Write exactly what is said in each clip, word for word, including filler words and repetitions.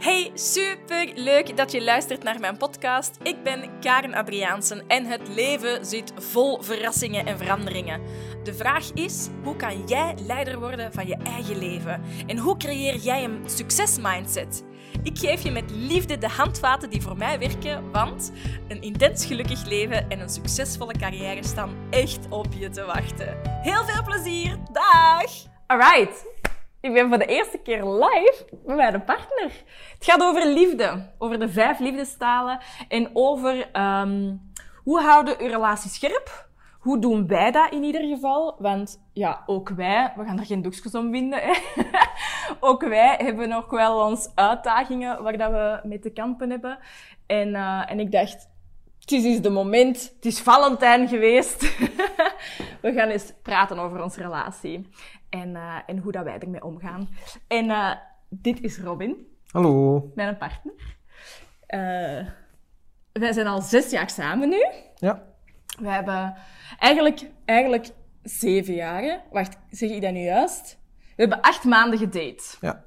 Hey, super leuk dat je luistert naar mijn podcast. Ik ben Karen Adriaansen en het leven zit vol verrassingen en veranderingen. De vraag is, hoe kan jij leider worden van je eigen leven? En hoe creëer jij een succesmindset? Ik geef je met liefde de handvaten die voor mij werken, want een intens gelukkig leven en een succesvolle carrière staan echt op je te wachten. Heel veel plezier, dag! Alright, ik ben voor de eerste keer live met mijn partner. Het gaat over liefde, over de vijf liefdestalen en over um, hoe houden we relatie scherp. Hoe doen wij dat in ieder geval? Want ja, ook wij, we gaan er geen doekjes om winden. Hè? Ook wij hebben nog wel ons uitdagingen waar dat we mee te kampen hebben. En, uh, en ik dacht, het is eens de moment, het is Valentijn geweest. We gaan eens praten over onze relatie. En, uh, en hoe dat wij ermee omgaan. En uh, dit is Robin. Hallo. Mijn partner. Uh, wij zijn al zes jaar samen nu. Ja. We hebben eigenlijk, eigenlijk zeven jaar. Hè? Wacht, zeg ik dat nu juist? We hebben acht maanden gedate. Ja.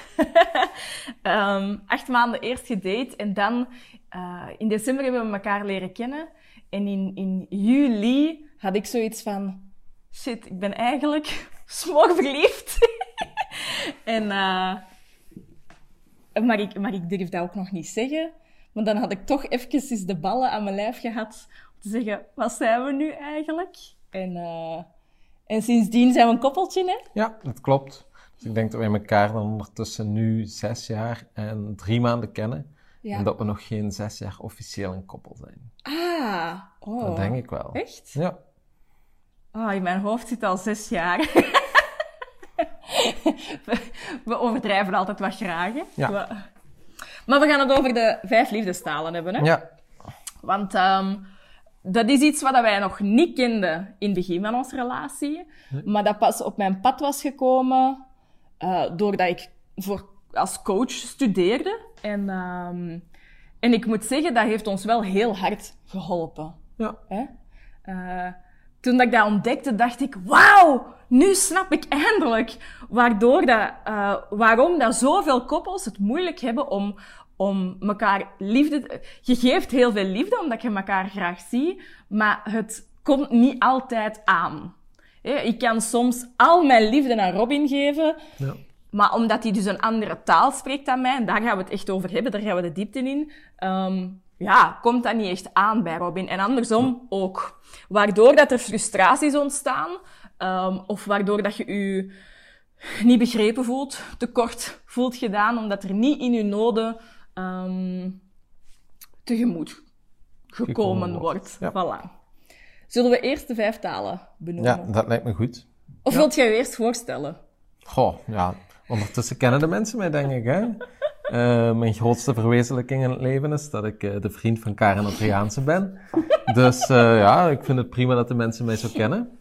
um, acht maanden eerst gedate en dan uh, in december hebben we elkaar leren kennen. En in, in juli had ik zoiets van, shit, ik ben eigenlijk smorverliefd. en, uh, maar, ik, maar ik durf dat ook nog niet zeggen. Maar dan had ik toch even de ballen aan mijn lijf gehad om te zeggen, wat zijn we nu eigenlijk? En, uh, en sindsdien zijn we een koppeltje, hè? Ja, dat klopt. Dus ik denk dat wij elkaar dan ondertussen nu zes jaar en drie maanden kennen. Ja. En dat we nog geen zes jaar officieel een koppel zijn. Ah, oh. Dat denk ik wel. Echt? Ja. Oh, in mijn hoofd zit al zes jaar. we, we overdrijven altijd wat graag, hè? Ja. We... Maar we gaan het over de vijf liefdestalen hebben, hè? Ja. Want um, dat is iets wat wij nog niet kenden in het begin van onze relatie. Nee. Maar dat pas op mijn pad was gekomen uh, doordat ik voor, als coach studeerde. En, um, en ik moet zeggen, dat heeft ons wel heel hard geholpen. Ja. Hè? Uh, toen dat ik dat ontdekte, dacht ik, wauw, nu snap ik eindelijk waardoor dat, uh, waarom dat zoveel koppels het moeilijk hebben om, om elkaar liefde... Je geeft heel veel liefde, omdat je elkaar graag ziet, maar het komt niet altijd aan. Ik kan soms al mijn liefde aan Robin geven, ja. Maar omdat hij dus een andere taal spreekt dan mij, en daar gaan we het echt over hebben, daar gaan we de diepte in, um, ja, komt dat niet echt aan bij Robin. En andersom ook. Waardoor dat er frustraties ontstaan, um, of waardoor dat je je niet begrepen voelt, tekort voelt gedaan, omdat er niet in je noden um, tegemoet gekomen, gekomen wordt. Ja. Voilà. Zullen we eerst de vijf talen benoemen? Ja, dat lijkt me goed. Of ja. wilt jij je eerst voorstellen? Goh, ja. Ondertussen kennen de mensen mij, denk ik, hè. Uh, mijn grootste verwezenlijking in het leven is dat ik uh, de vriend van Karen Adriaansen ben. Dus uh, ja, ik vind het prima dat de mensen mij zo kennen.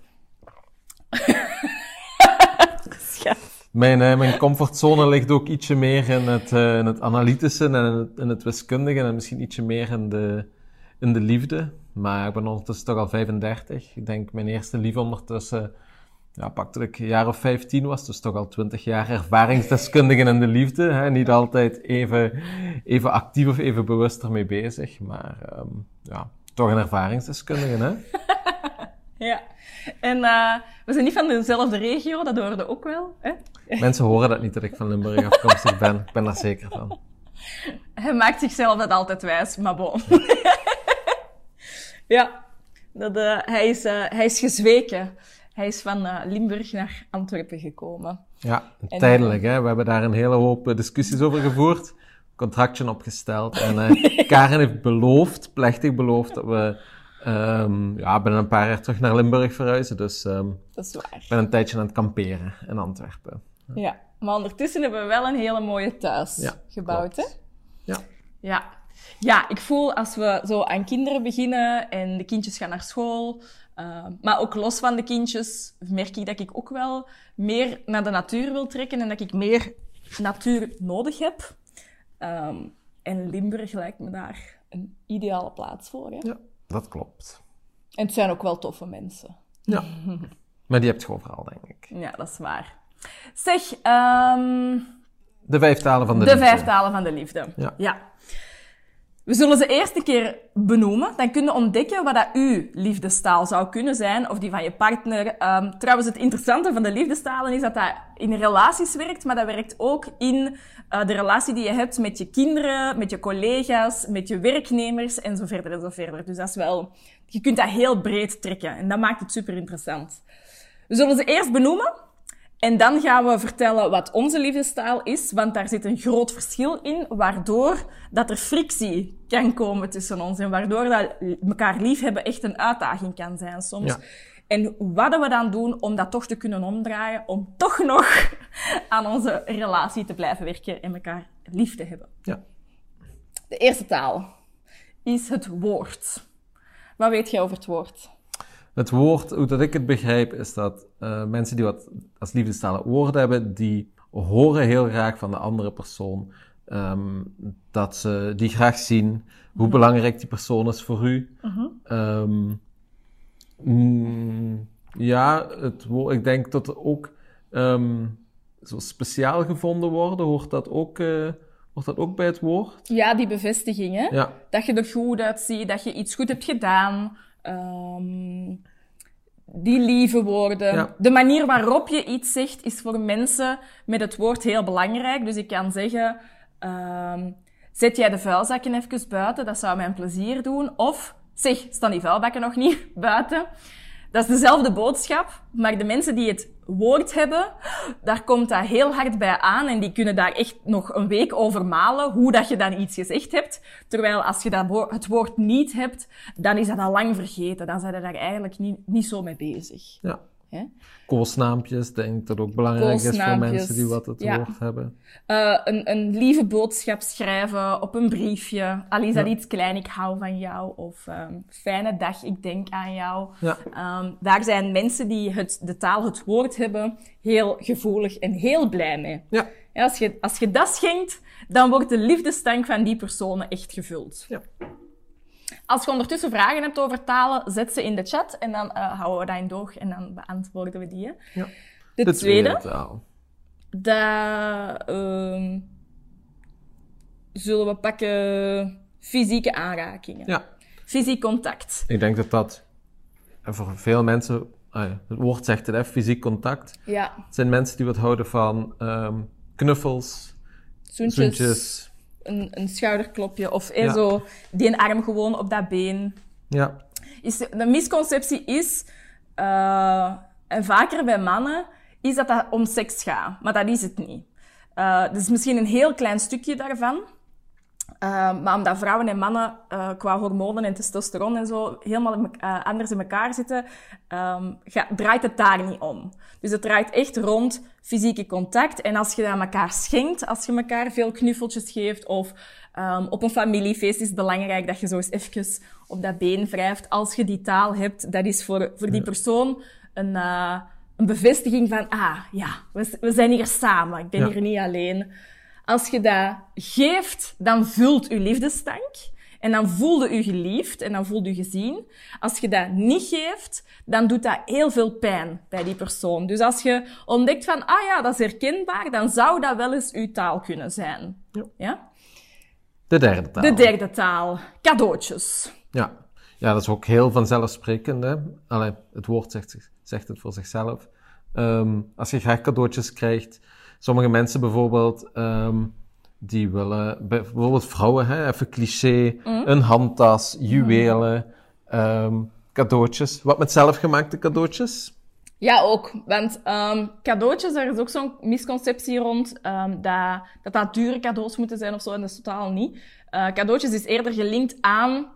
Mijn, uh, mijn comfortzone ligt ook ietsje meer in het, uh, in het analytische en in het, in het wiskundige en misschien ietsje meer in de, in de liefde. Maar ik ben ondertussen toch al vijfendertig. Ik denk mijn eerste liefde ondertussen... Ja, pak dat ik een jaar of vijftien was, dus toch al twintig jaar ervaringsdeskundige in de liefde. Hè? Niet altijd even, even actief of even bewust ermee bezig, maar um, ja, toch een ervaringsdeskundige, hè? Ja, en uh, we zijn niet van dezelfde regio, dat hoorde ook wel, hè? Mensen horen dat niet, dat ik van Limburg afkomstig ben. Ik ben daar zeker van. Hij maakt zichzelf dat altijd wijs, maar bon. Ja, dat, uh, hij, is, uh, hij is gezweken. Hij is van uh, Limburg naar Antwerpen gekomen. Ja, en, tijdelijk. Hè? We hebben daar een hele hoop uh, discussies over gevoerd. Contractje opgesteld. En uh, Karen heeft beloofd, plechtig beloofd, dat we um, ja, binnen een paar jaar terug naar Limburg verhuizen. Dus um, dat is waar. Ik ben een tijdje aan het kamperen in Antwerpen. Ja, ja, maar ondertussen hebben we wel een hele mooie thuis ja, gebouwd. Klopt. Hè? Ja. Ja. Ja, ik voel als we zo aan kinderen beginnen en de kindjes gaan naar school... Uh, maar ook los van de kindjes merk ik dat ik ook wel meer naar de natuur wil trekken en dat ik meer natuur nodig heb. Um, en Limburg lijkt me daar een ideale plaats voor. Hè? Ja, dat klopt. En het zijn ook wel toffe mensen. Ja, maar die heb je overal, denk ik. Ja, dat is waar. Zeg, um, De vijf talen van de, de liefde. De vijf talen van de liefde. Ja. ja. We zullen ze eerst een keer benoemen. Dan kun je ontdekken wat dat uw liefdestaal zou kunnen zijn, of die van je partner. Um, trouwens, het interessante van de liefdestalen is dat dat in relaties werkt, maar dat werkt ook in uh, de relatie die je hebt met je kinderen, met je collega's, met je werknemers en zo verder en zo verder. Dus dat is wel... Je kunt dat heel breed trekken en dat maakt het super interessant. We zullen ze eerst benoemen. En dan gaan we vertellen wat onze liefdestaal is, want daar zit een groot verschil in, waardoor dat er frictie kan komen tussen ons en waardoor dat elkaar liefhebben echt een uitdaging kan zijn soms. Ja. En wat we dan doen om dat toch te kunnen omdraaien, om toch nog aan onze relatie te blijven werken en elkaar lief te hebben. Ja. De eerste taal is het woord. Wat weet jij over het woord? Het woord, hoe dat ik het begrijp, is dat uh, mensen die wat als liefdestaal woorden hebben, die horen heel graag van de andere persoon. Um, dat ze die graag zien, hoe mm-hmm. belangrijk die persoon is voor u. Mm-hmm. Um, mm, ja, het woord, ik denk dat er ook um, zo speciaal gevonden worden, hoort dat ook... Uh, Wordt dat ook bij het woord? Ja, die bevestiging, hè? Ja. Dat je er goed uitziet, dat je iets goed hebt gedaan. Um, die lieve woorden. Ja. De manier waarop je iets zegt is voor mensen met het woord heel belangrijk. Dus ik kan zeggen, um, zet jij de vuilzakken even buiten, dat zou mij een plezier doen. Of, zeg, staan die vuilbakken nog niet buiten? Dat is dezelfde boodschap, maar de mensen die het woord hebben, daar komt dat heel hard bij aan en die kunnen daar echt nog een week over malen hoe dat je dan iets gezegd hebt. Terwijl als je dat wo- het woord niet hebt, dan is dat al lang vergeten. Dan zijn je daar eigenlijk niet, niet zo mee bezig. Ja. He? Koosnaampjes, denk ik dat ook belangrijk is voor mensen die wat het ja. woord hebben. Uh, een, een lieve boodschap schrijven op een briefje. Al is dat ja. iets klein, ik hou van jou. Of um, fijne dag, ik denk aan jou. Ja. Um, daar zijn mensen die het, de taal, het woord hebben, heel gevoelig en heel blij mee. Ja. Ja, als, je, als je dat schenkt, dan wordt de liefdestank van die personen echt gevuld. Ja. Als je ondertussen vragen hebt over talen, zet ze in de chat en dan uh, houden we dat in doog en dan beantwoorden we die. Ja. De, de tweede, tweede taal. Dat uh, zullen we pakken fysieke aanrakingen. Ja. Fysiek contact. Ik denk dat dat voor veel mensen, ah ja, het woord zegt het, hè, fysiek contact. Ja. Het zijn mensen die wat houden van um, knuffels, zoentjes. zoentjes. Een, een schouderklopje of eh, ja. zo, die een arm gewoon op dat been. Ja. Is, de misconceptie is, uh, en vaker bij mannen, is dat dat om seks gaat. Maar dat is het niet. Uh, dat is misschien een heel klein stukje daarvan. Uh, maar omdat vrouwen en mannen uh, qua hormonen en testosteron en zo helemaal in me- uh, anders in elkaar zitten, um, ga, draait het daar niet om. Dus het draait echt rond fysieke contact. En als je dat aan elkaar schenkt, als je elkaar veel knuffeltjes geeft of um, op een familiefeest is het belangrijk dat je zo eens even op dat been wrijft. Als je die taal hebt, dat is voor, voor die persoon een, uh, een bevestiging van, ah ja, we, we zijn hier samen, ik ben ja. hier niet alleen. Als je dat geeft, dan vult je liefdestank. En dan voel je je geliefd en dan voel je gezien. Als je dat niet geeft, dan doet dat heel veel pijn bij die persoon. Dus als je ontdekt van, ah ja, dat is herkenbaar, dan zou dat wel eens uw taal kunnen zijn. Ja. Ja? De derde taal. De derde taal. Cadeautjes. Ja. Ja, dat is ook heel vanzelfsprekend, hè. Allee, het woord zegt, zegt het voor zichzelf. Um, als je graag cadeautjes krijgt... Sommige mensen bijvoorbeeld, um, die willen, bijvoorbeeld vrouwen, hè, even cliché, mm. een handtas, juwelen, um, cadeautjes. Wat met zelfgemaakte cadeautjes? Ja, ook. Want um, cadeautjes, daar is ook zo'n misconceptie rond, um, dat, dat dat dure cadeaus moeten zijn of zo, en dat is totaal niet. Uh, cadeautjes is eerder gelinkt aan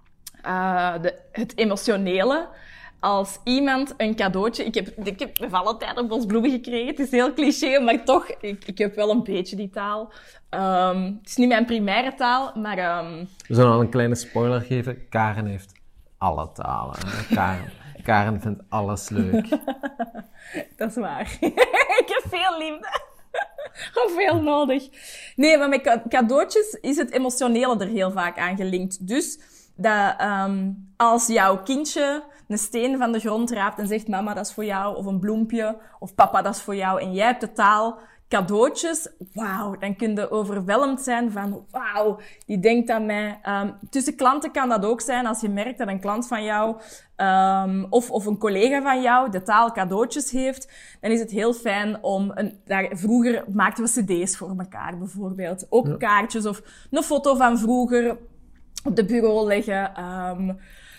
uh, de, het emotionele. Als iemand een cadeautje... Ik heb, ik heb bij Valentijn een bos bloemen gekregen. Het is heel cliché, maar toch, ik, ik heb wel een beetje die taal. Um, het is niet mijn primaire taal, maar... Um... We zullen al een kleine spoiler geven. Karen heeft alle talen. Hè? Karen, Karen vindt alles leuk. Dat is waar. Ik heb veel liefde. Of veel nodig. Nee, maar met cadeautjes is het emotionele er heel vaak aan gelinkt. Dus dat um, als jouw kindje een steen van de grond raapt en zegt, mama, dat is voor jou, of een bloempje, of papa, dat is voor jou, en jij hebt de taal cadeautjes, wauw, dan kun je overweldigd zijn van, wauw, die denkt aan mij. Um, tussen klanten kan dat ook zijn, als je merkt dat een klant van jou um, of, of een collega van jou de taal cadeautjes heeft, dan is het heel fijn om, een, daar, vroeger maakten we cd's voor elkaar bijvoorbeeld, ook ja. kaartjes of een foto van vroeger op de bureau leggen. Um,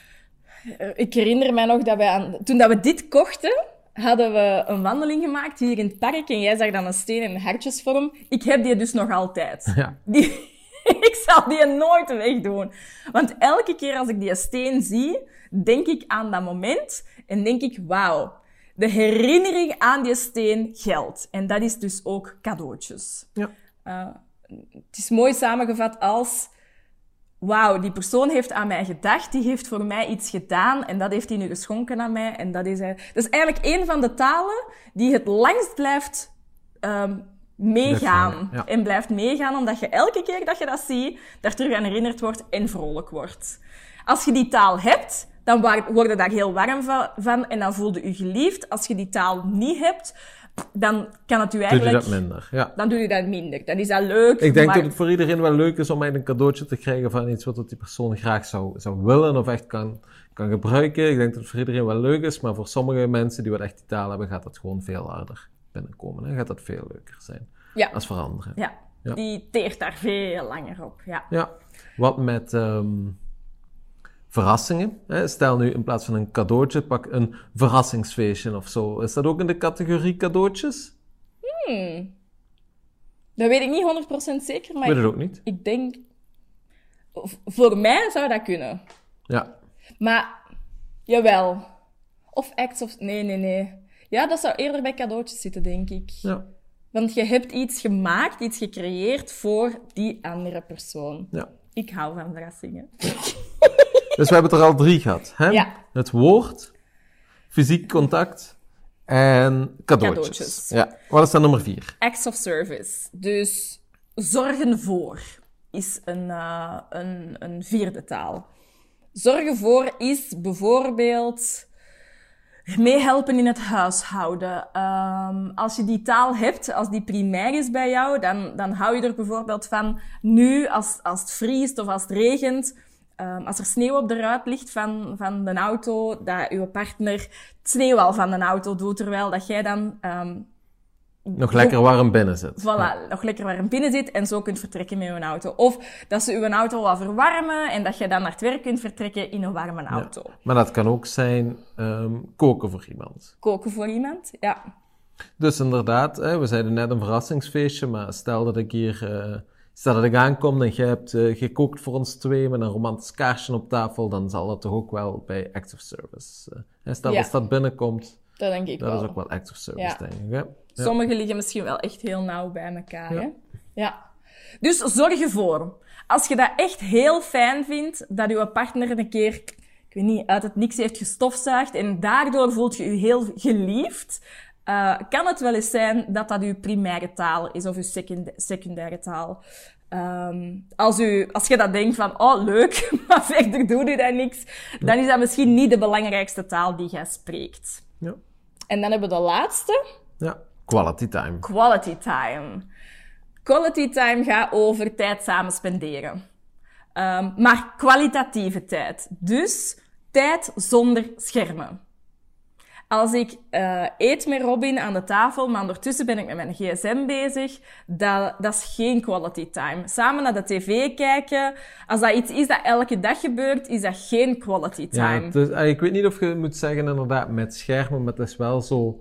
ik herinner mij nog dat wij, aan, toen dat we dit kochten, hadden we een wandeling gemaakt hier in het park en jij zag dan een steen in hartjesvorm. Ik heb die dus nog altijd. Ja. Die, ik zal die nooit wegdoen. Want elke keer als ik die steen zie, denk ik aan dat moment en denk ik, wauw, de herinnering aan die steen geldt. En dat is dus ook cadeautjes. Ja. Uh, het is mooi samengevat als, wauw, die persoon heeft aan mij gedacht, die heeft voor mij iets gedaan en dat heeft hij nu geschonken aan mij. En dat is, dat is eigenlijk een van de talen die het langst blijft um, meegaan. Ja. En blijft meegaan, omdat je elke keer dat je dat ziet, daar terug aan herinnerd wordt en vrolijk wordt. Als je die taal hebt, dan word je daar heel warm van en dan voel je je geliefd. Als je die taal niet hebt, dan kan het u eigenlijk... Doe je dat minder, ja. Dan doe je dat minder. Dan is dat leuk. Ik denk maar... dat het voor iedereen wel leuk is om een cadeautje te krijgen van iets wat die persoon graag zou, zou willen of echt kan, kan gebruiken. Ik denk dat het voor iedereen wel leuk is, maar voor sommige mensen die wat echt die taal hebben, gaat dat gewoon veel harder binnenkomen. Hè? Gaat dat veel leuker zijn. Ja. Als voor anderen. Ja. Ja, die teert daar veel langer op. Ja. Ja. Wat met... Um, verrassingen. Hè? Stel nu in plaats van een cadeautje, pak een verrassingsfeestje of zo. Is dat ook in de categorie cadeautjes? Hmm. Dat weet ik niet honderd procent zeker, maar weet het ik, ook niet. ik denk... Voor mij zou dat kunnen. Ja. Maar, jawel. Of acts of... Nee, nee, nee. Ja, dat zou eerder bij cadeautjes zitten, denk ik. Ja. Want je hebt iets gemaakt, iets gecreëerd voor die andere persoon. Ja. Ik hou van verrassingen. Dus we hebben het er al drie gehad. Hè? Ja. Het woord, fysiek contact en cadeautjes. cadeautjes. Ja. Wat is dan nummer vier? Acts of service. Dus zorgen voor is een, uh, een, een vierde taal. Zorgen voor is bijvoorbeeld meehelpen in het huishouden. Um, als je die taal hebt, als die primair is bij jou, dan, dan hou je er bijvoorbeeld van nu, als, als het vriest of als het regent, um, als er sneeuw op de ruit ligt van, van de auto, dat je partner het sneeuwwal van de auto doet, terwijl dat jij dan... Um, nog lekker warm binnen zit. Voilà, ja. Nog lekker warm binnen zit en zo kunt vertrekken met je auto. Of dat ze je auto wat verwarmen en dat je dan naar het werk kunt vertrekken in een warme auto. Ja. Maar dat kan ook zijn um, koken voor iemand. Koken voor iemand, ja. Dus inderdaad, hè, we zeiden net een verrassingsfeestje, maar stel dat ik hier... Uh, stel dat ik aankom en je hebt uh, gekookt voor ons twee met een romantisch kaarsje op tafel, dan zal dat toch ook wel bij acts of service. Uh, stel ja. Als dat binnenkomt... Dat denk ik dat wel. Dat is ook wel acts of service, ja. Denk ik. Hè? Ja. Sommige liggen misschien wel echt heel nauw bij elkaar. Ja. Hè? Ja. Dus zorg ervoor. Als je dat echt heel fijn vindt, dat je partner een keer, ik weet niet, uit het niks heeft gestofzuigd en daardoor voelt je je heel geliefd, uh, kan het wel eens zijn dat dat je primaire taal is of je secunda- secundaire taal. Um, als, u, als je dat denkt van, oh leuk, maar verder doet u dat niks, ja. Dan is dat misschien niet de belangrijkste taal die jij spreekt. Ja. En dan hebben we de laatste. Ja, quality time. Quality time. Quality time gaat over tijd samen spenderen. Um, maar kwalitatieve tijd. Dus tijd zonder schermen. Als ik uh, eet met Robin aan de tafel, maar ondertussen ben ik met mijn gsm bezig, dat, dat is geen quality time. Samen naar de tv kijken, als dat iets is dat elke dag gebeurt, is dat geen quality time. Ja, dus, ik weet niet of je moet zeggen inderdaad met schermen, maar het is wel zo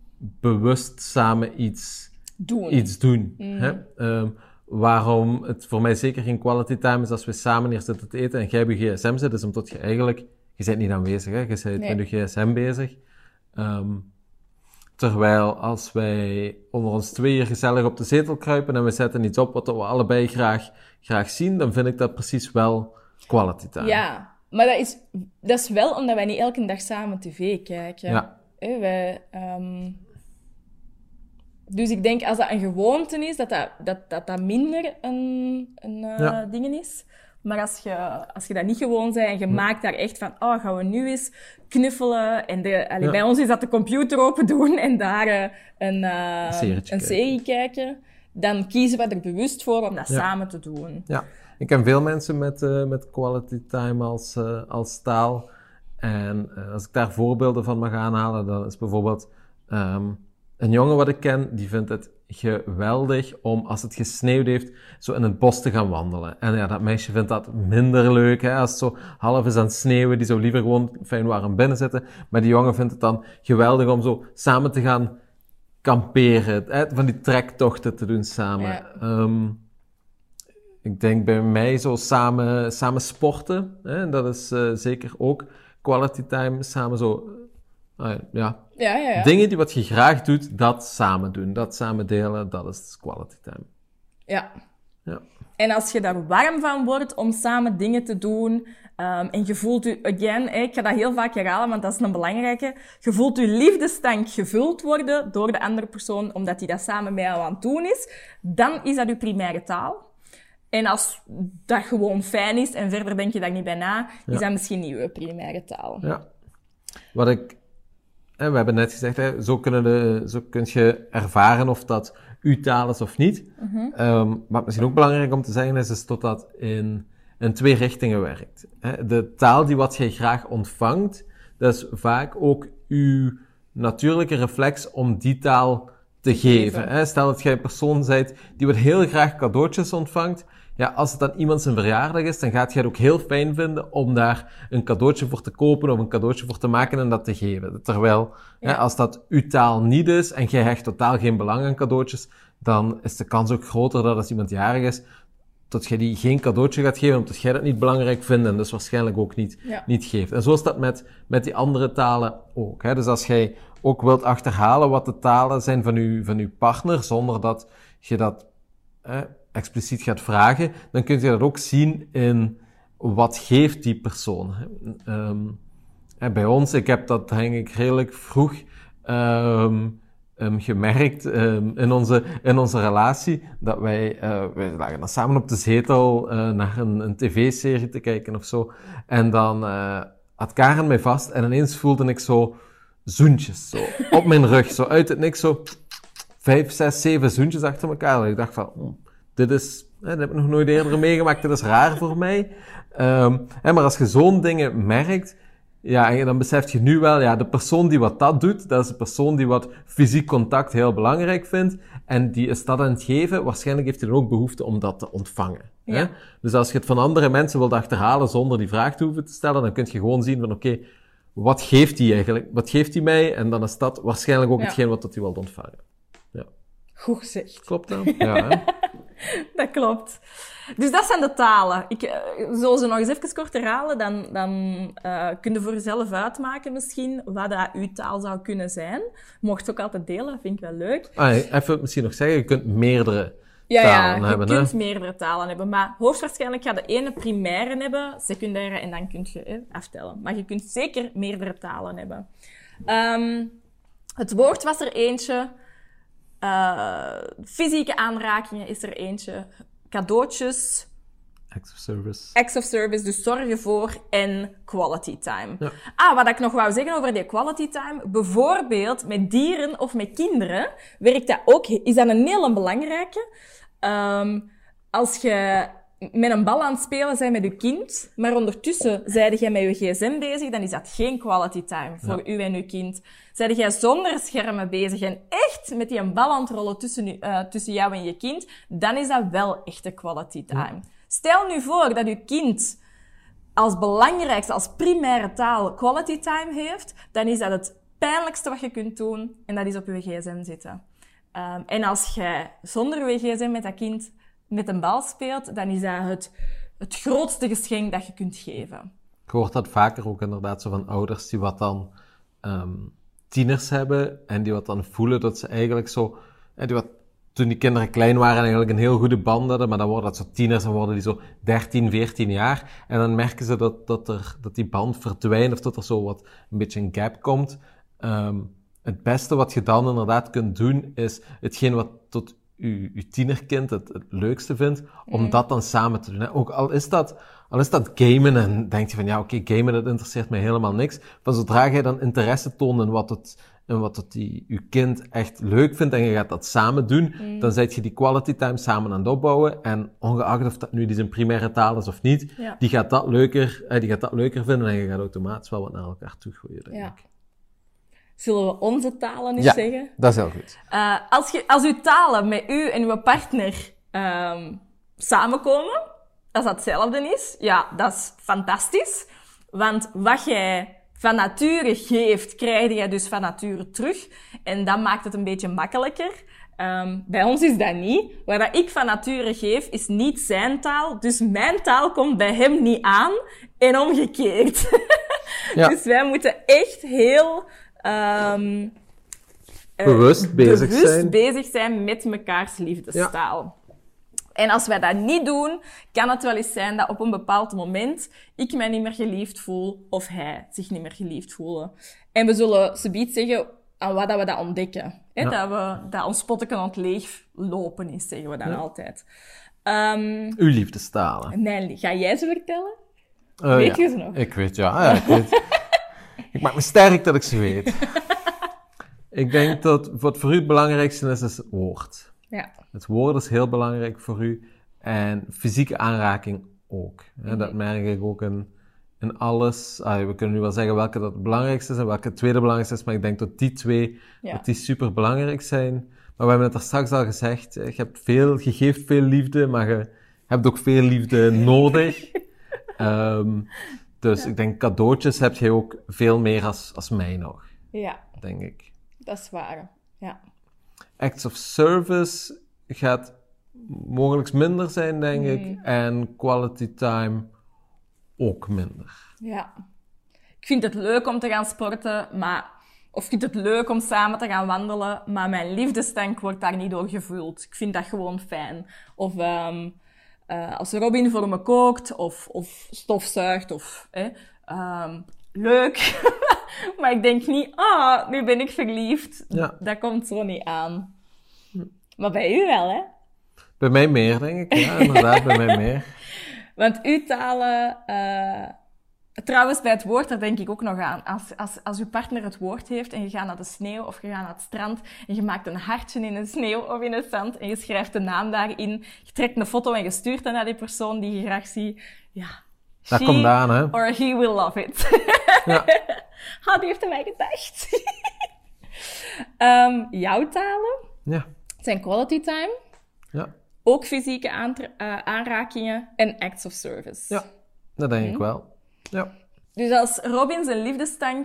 bewust samen iets doen. Iets doen mm. hè? Um, waarom het voor mij zeker geen quality time is als we samen hier zitten te eten en jij bij je gsm zit, is omdat je eigenlijk, je bent niet aanwezig, hè? Je bent nee. met je gsm bezig. Um, terwijl als wij onder ons tweeën gezellig op de zetel kruipen en we zetten iets op wat we allebei graag, graag zien, dan vind ik dat precies wel quality time. Ja, maar dat is, dat is wel omdat wij niet elke dag samen tv kijken. Ja. He, wij, um... Dus ik denk, als dat een gewoonte is, dat dat, dat, dat, dat minder een, een uh, ja. ding is. Maar als je, als je dat niet gewoon bent en je ja. maakt daar echt van, oh, gaan we nu eens knuffelen. En de, allee, ja. bij ons is dat de computer open doen en daar uh, een, uh, een, een serie kijken. Dan kiezen we er bewust voor om dat ja. samen te doen. Ja, ik ken veel mensen met, uh, met quality time als, uh, als taal. En uh, als ik daar voorbeelden van mag aanhalen, dan is bijvoorbeeld um, een jongen wat ik ken, die vindt het geweldig om, als het gesneeuwd heeft, zo in het bos te gaan wandelen. En ja, dat meisje vindt dat minder leuk, hè, als het zo half is aan het sneeuwen. Die zou liever gewoon fijn warm binnen zitten. Maar die jongen vindt het dan geweldig om zo samen te gaan kamperen, hè, van die trektochten te doen samen. Ja. Um, ik denk bij mij zo samen, samen sporten, hè, dat is uh, zeker ook quality time, samen zo, uh, ja. Ja, ja, ja. Dingen die wat je graag doet, dat samen doen, dat samen delen, dat is quality time. Ja. Ja. En als je daar warm van wordt om samen dingen te doen, um, en je voelt je, again, eh, ik ga dat heel vaak herhalen, want dat is een belangrijke, je voelt je liefdestank gevuld worden door de andere persoon, omdat die dat samen met jou aan het doen is, dan is dat je primaire taal. En als dat gewoon fijn is en verder denk je daar niet bij na, is ja. dat misschien niet je primaire taal. Ja. Wat ik... We hebben net gezegd, hè, zo, kunnen de, zo kun je ervaren of dat uw taal is of niet. Mm-hmm. Um, wat misschien ook belangrijk om te zeggen is, is dat dat in, in twee richtingen werkt. Hè. De taal die wat jij graag ontvangt, dat is vaak ook uw natuurlijke reflex om die taal te geven. Hè. Stel dat jij een persoon bent die wat heel graag cadeautjes ontvangt. Ja, als het dan iemand zijn verjaardag is, dan gaat jij het ook heel fijn vinden om daar een cadeautje voor te kopen of een cadeautje voor te maken en dat te geven. Terwijl, ja. hè, als dat uw taal niet is en jij hecht totaal geen belang aan cadeautjes, dan is de kans ook groter dat als iemand jarig is, dat jij die geen cadeautje gaat geven, omdat jij dat niet belangrijk vindt en dus waarschijnlijk ook niet, ja. niet geeft. En zo is dat met, met die andere talen ook. Hè. Dus als jij ook wilt achterhalen wat de talen zijn van uw, van uw partner, zonder dat je dat... Hè, expliciet gaat vragen, dan kun je dat ook zien in wat geeft die persoon. Um, bij ons, ik heb dat denk ik redelijk vroeg um, um, gemerkt um, in, onze, in onze relatie, dat wij, uh, wij lagen dan samen op de zetel uh, naar een, een tv-serie te kijken of zo, en dan uh, had Karen mij vast en ineens voelde ik zo zoentjes, zo, op mijn rug, zo uit het niks, zo vijf, zes, zeven zoentjes achter elkaar. En ik dacht van... Oh, dit is, hè, dat heb ik nog nooit eerder meegemaakt, dit is raar voor mij. Um, hè, maar als je zo'n dingen merkt, ja, dan besef je nu wel, ja, de persoon die wat dat doet, dat is de persoon die wat fysiek contact heel belangrijk vindt, en die is dat aan het geven, waarschijnlijk heeft hij dan ook behoefte om dat te ontvangen. Ja. Hè? Dus als je het van andere mensen wilt achterhalen zonder die vraag te hoeven te stellen, dan kun je gewoon zien van, oké, okay, wat geeft hij eigenlijk? Wat geeft hij mij? En dan is dat waarschijnlijk ook ja. hetgeen wat hij wil ontvangen. Ja. Goed gezegd. Klopt dat? Ja, hè? Dat klopt. Dus dat zijn de talen. Ik uh, zal ze nog eens even kort herhalen, dan, dan uh, kun je voor jezelf uitmaken misschien wat dat uw taal zou kunnen zijn. Mocht het ook altijd delen, vind ik wel leuk. Ah, even misschien nog zeggen, je kunt meerdere ja, talen ja, hebben. je hè? kunt meerdere talen hebben, maar hoogstwaarschijnlijk ga je de ene primaire hebben, secundaire, en dan kun je eh, aftellen. Maar je kunt zeker meerdere talen hebben. Um, het woord was er eentje. Uh, fysieke aanrakingen is er eentje. Cadeautjes. Acts of service. Acts of service, dus zorg je voor. En quality time. Ja. Ah, wat ik nog wou zeggen over die quality time. Bijvoorbeeld met dieren of met kinderen werkt dat ook, is dat een hele belangrijke. Um, als je met een bal aan het spelen bent met je kind, maar ondertussen zijde jij met je gsm bezig, dan is dat geen quality time voor ja. u en uw kind. Zijde jij zonder schermen bezig en echt met die bal aan het rollen tussen, u, uh, tussen jou en je kind, dan is dat wel echte quality time. Ja. Stel nu voor dat uw kind als belangrijkste, als primaire taal quality time heeft, dan is dat het pijnlijkste wat je kunt doen en dat is op je gsm zitten. Um, en als jij zonder je gsm met dat kind met een bal speelt, dan is dat het, het grootste geschenk dat je kunt geven. Ik hoor dat vaker ook inderdaad zo van ouders die wat dan um, tieners hebben en die wat dan voelen dat ze eigenlijk zo... Die wat, toen die kinderen klein waren eigenlijk een heel goede band hadden, maar dan worden dat zo tieners en worden die zo dertien, veertien jaar. En dan merken ze dat, dat, er, dat die band verdwijnt of dat er zo wat een beetje een gap komt. Um, het beste wat je dan inderdaad kunt doen is hetgeen wat tot je, je tienerkind het, het leukste vindt, om Mm. dat dan samen te doen. Hè. Ook al is dat, al is dat gamen en denk je van, ja, oké, okay, gamen, dat interesseert mij helemaal niks. Maar zodra jij dan interesse toont in wat het, in wat het die, je kind echt leuk vindt en je gaat dat samen doen, Mm. dan zet je die quality time samen aan het opbouwen. En ongeacht of dat nu die zijn primaire taal is of niet, Ja. die gaat dat leuker, eh, die gaat dat leuker vinden en je gaat automatisch wel wat naar elkaar toe groeien, denk Ja. ik. Zullen we onze talen eens Ja, zeggen? dat is heel goed. Uh, als, je, als uw talen met u en uw partner um, samenkomen, als dat hetzelfde is, ja, dat is fantastisch. Want wat jij van nature geeft, krijg je dus van nature terug. En dat maakt het een beetje makkelijker. Um, bij ons is dat niet. Wat dat ik van nature geef, is niet zijn taal. Dus mijn taal komt bij hem niet aan. En omgekeerd. Ja. Dus wij moeten echt heel... Um, Bewust uh, bezig bewust zijn. bezig zijn met mekaars liefdestaal. Ja. En als wij dat niet doen, kan het wel eens zijn dat op een bepaald moment ik mij niet meer geliefd voel of hij zich niet meer geliefd voelt. En we zullen subiet zeggen aan wat dat we dat ontdekken. Hè? Ja. Dat, we, dat ons potteken aan het leeglopen is, zeggen we dan ja. altijd. Um, Uw liefdestalen. Mijn, ga jij ze vertellen? Uh, weet ja. je ze nog? Ik weet, ja. ja ik, weet. Ik maak me sterk dat ik ze weet. Ik denk dat wat voor u het belangrijkste is, is het woord. Ja. Het woord is heel belangrijk voor u. En fysieke aanraking ook. Mm-hmm. Dat merk ik ook in, in alles. Ah, we kunnen nu wel zeggen welke dat het belangrijkste is en welke het tweede belangrijkste is. Maar ik denk dat die twee ja. dat die super belangrijk zijn. Maar we hebben het er straks al gezegd. Je, hebt veel, je geeft veel liefde, maar je hebt ook veel liefde nodig. um, dus ja. ik denk cadeautjes heb je ook veel meer als, als mij nog. Ja. Denk ik. Dat is waar. Ja. Acts of service gaat mogelijk minder zijn, denk mm. ik. En quality time ook minder. Ja. Ik vind het leuk om te gaan sporten, maar... Of ik vind het leuk om samen te gaan wandelen, maar mijn liefdestank wordt daar niet door gevuld. Ik vind dat gewoon fijn. Of um, uh, als Robin voor me kookt, of, of stofzuigt, of... Eh, um, leuk. Maar ik denk niet, ah, nu ben ik verliefd. Ja. Dat komt zo niet aan. Maar bij u wel, hè? Bij mij meer, denk ik. Ja, inderdaad, bij mij meer. Want uw talen... Uh, trouwens, bij het woord, daar denk ik ook nog aan. Als, als, als uw partner het woord heeft en je gaat naar de sneeuw of je gaat naar het strand en je maakt een hartje in de sneeuw of in het zand en je schrijft de naam daarin, je trekt een foto en je stuurt dat naar die persoon die je graag ziet. Ja. Dat komt aan, hè? Or he will love it. Ja. Ah, die heeft aan mij gedacht. um, jouw talen ja. zijn quality time. Ja. Ook fysieke aantra- uh, aanrakingen en acts of service. Ja, dat denk hm. ik wel. Ja. Dus als Robin zijn liefdestank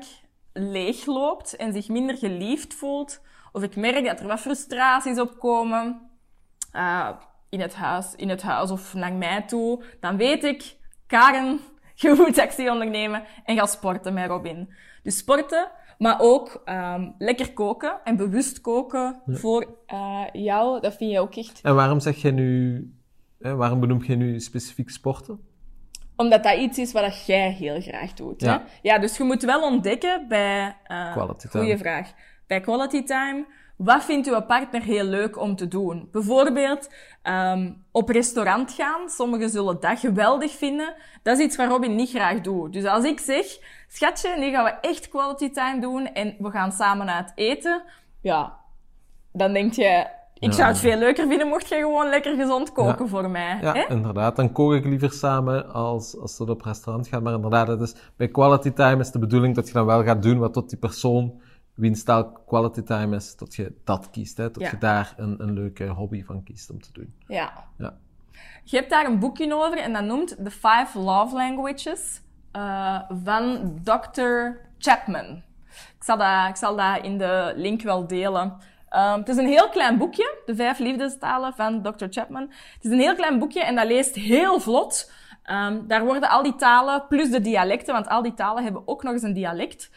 leegloopt en zich minder geliefd voelt, of ik merk dat er wat frustraties opkomen uh, in het huis, in het huis of naar mij toe, dan weet ik, Karen, je moet actie ondernemen en ga sporten met Robin. Dus sporten, maar ook um, lekker koken en bewust koken ja. voor uh, jou, dat vind je ook echt... En waarom zeg jij nu, hè, waarom benoem je nu specifiek sporten? Omdat dat iets is wat jij heel graag doet. Ja. Hè? Ja, dus je moet wel ontdekken bij... Uh, quality time. Goeie vraag. Bij quality time, wat vindt uw partner heel leuk om te doen? Bijvoorbeeld um, op restaurant gaan. Sommigen zullen dat geweldig vinden. Dat is iets wat Robin niet graag doet. Dus als ik zeg, schatje, nu gaan we echt quality time doen en we gaan samen uit eten. Ja, dan denk je... Ik ja. zou het veel leuker vinden mocht je gewoon lekker gezond koken ja. voor mij. Ja, hè? Inderdaad. Dan kook ik liever samen als, als we op restaurant gaan. Maar inderdaad, het is, bij quality time is de bedoeling dat je dan wel gaat doen wat tot die persoon, wiens taal quality time is, dat je dat kiest. Hè? Dat ja. je daar een, een leuke hobby van kiest om te doen. Ja. ja. Je hebt daar een boekje over en dat noemt The Five Love Languages uh, van dokter Chapman. Ik zal, dat, ik zal dat in de link wel delen. Um, het is een heel klein boekje, de vijf liefdestalen van dokter Chapman. Het is een heel klein boekje en dat leest heel vlot. Um, daar worden al die talen, plus de dialecten, want al die talen hebben ook nog eens een dialect,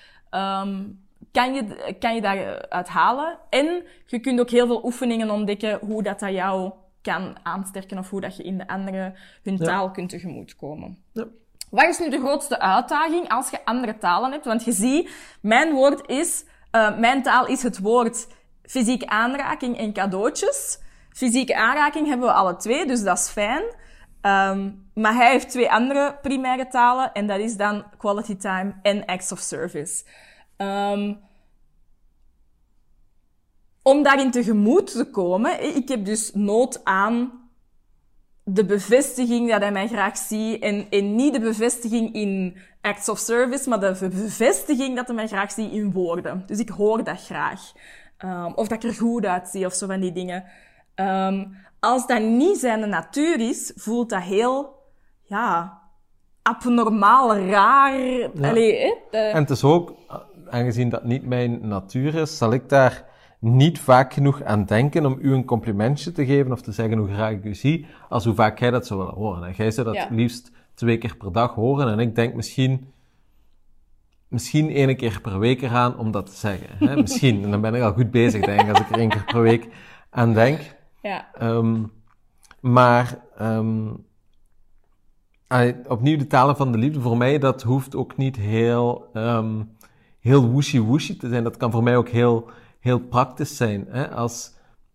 um, kan je, kan je daaruit halen. En je kunt ook heel veel oefeningen ontdekken hoe dat, dat jou kan aansterken of hoe dat je in de andere hun ja. taal kunt tegemoetkomen. Ja. Wat is nu de grootste uitdaging als je andere talen hebt? Want je ziet, mijn woord is, uh, mijn taal is het woord fysieke aanraking en cadeautjes. Fysieke aanraking hebben we alle twee, dus dat is fijn. Um, maar hij heeft twee andere primaire talen en dat is dan quality time en acts of service. Um, om daarin tegemoet te komen, ik heb dus nood aan de bevestiging dat hij mij graag ziet en, en niet de bevestiging in acts of service, maar de bevestiging dat hij mij graag ziet in woorden. Dus ik hoor dat graag. Um, of dat ik er goed uitzie of zo van die dingen. Um, als dat niet zijn natuur is, voelt dat heel, ja, abnormaal, raar. Ja. Allee, hè? De... En het is ook, aangezien dat niet mijn natuur is, zal ik daar niet vaak genoeg aan denken om u een complimentje te geven of te zeggen hoe graag ik u zie, als hoe vaak jij dat zou willen horen. En jij zou dat ja. liefst twee keer per dag horen en ik denk misschien, misschien één keer per week eraan om dat te zeggen. Hè? Misschien. En dan ben ik al goed bezig, denk ik, als ik er één keer per week aan denk. Ja. Um, maar, um, opnieuw de talen van de liefde, voor mij, dat hoeft ook niet heel, um, heel woesie-woesie te zijn. Dat kan voor mij ook heel, heel praktisch zijn. Hè? Als,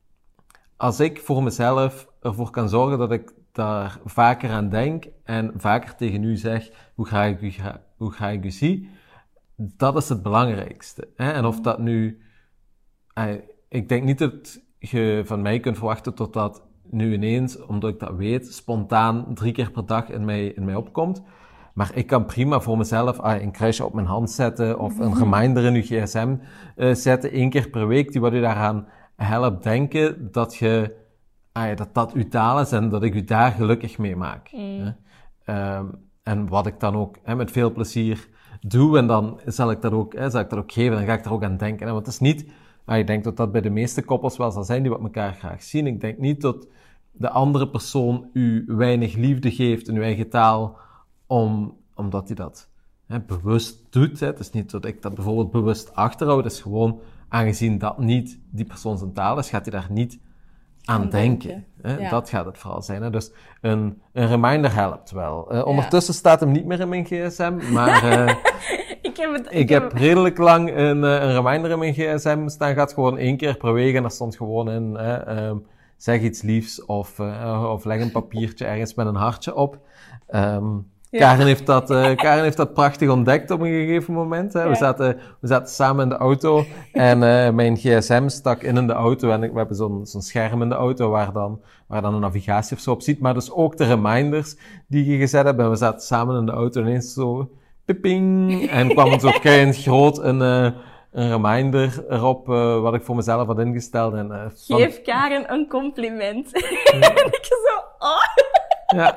als ik voor mezelf ervoor kan zorgen dat ik daar vaker aan denk en vaker tegen u zeg hoe graag ik u, gra- hoe graag ik u zie, dat is het belangrijkste. Hè? En of dat nu, uh, ik denk niet dat je van mij kunt verwachten tot dat nu ineens, omdat ik dat weet, spontaan drie keer per dag in mij, in mij opkomt. Maar ik kan prima voor mezelf ah, een kruisje op mijn hand zetten of een reminder in uw gsm uh, zetten, één keer per week, die wat u daaraan helpt denken dat je, ah, dat dat uw taal is en dat ik u daar gelukkig mee maak. Mm. Hè? Um, en wat ik dan ook hè, met veel plezier doe, en dan zal ik dat ook, hè, zal ik dat ook geven, dan ga ik er ook aan denken. Hè? Want het is niet, ah, ik denk dat dat bij de meeste koppels wel zal zijn die wat elkaar graag zien. Ik denk niet dat de andere persoon u weinig liefde geeft in uw eigen taal, om, omdat hij dat hè, bewust doet. Hè. Het is niet dat ik dat bijvoorbeeld bewust achterhoud. Het is gewoon, aangezien dat niet die persoon zijn taal is, gaat hij daar niet aan, aan denken. denken. Hè. Ja. Dat gaat het vooral zijn. Hè. Dus een, een reminder helpt wel. Uh, ja. Ondertussen staat hem niet meer in mijn gsm, maar uh, ik heb, het, ik ik heb, heb redelijk lang een, een reminder in mijn gsm staan. Gaat gewoon één keer per week en daar stond gewoon in, uh, um, zeg iets liefs of, uh, of leg een papiertje ergens met een hartje op. Um, Ja. Karen heeft dat, uh, Karen heeft dat prachtig ontdekt op een gegeven moment. Hè. Ja. We, zaten, we zaten samen in de auto en uh, mijn gsm stak in in de auto en we hebben zo'n, zo'n scherm in de auto waar dan, waar dan een navigatie of zo op ziet, maar dus ook de reminders die je gezet hebt. En we zaten samen in de auto en ineens zo, piping, en kwam er zo keihard groot een, uh, een reminder erop, uh, wat ik voor mezelf had ingesteld. En, uh, van... Geef Karen een compliment. Ja. En ik zo, oh. Ja.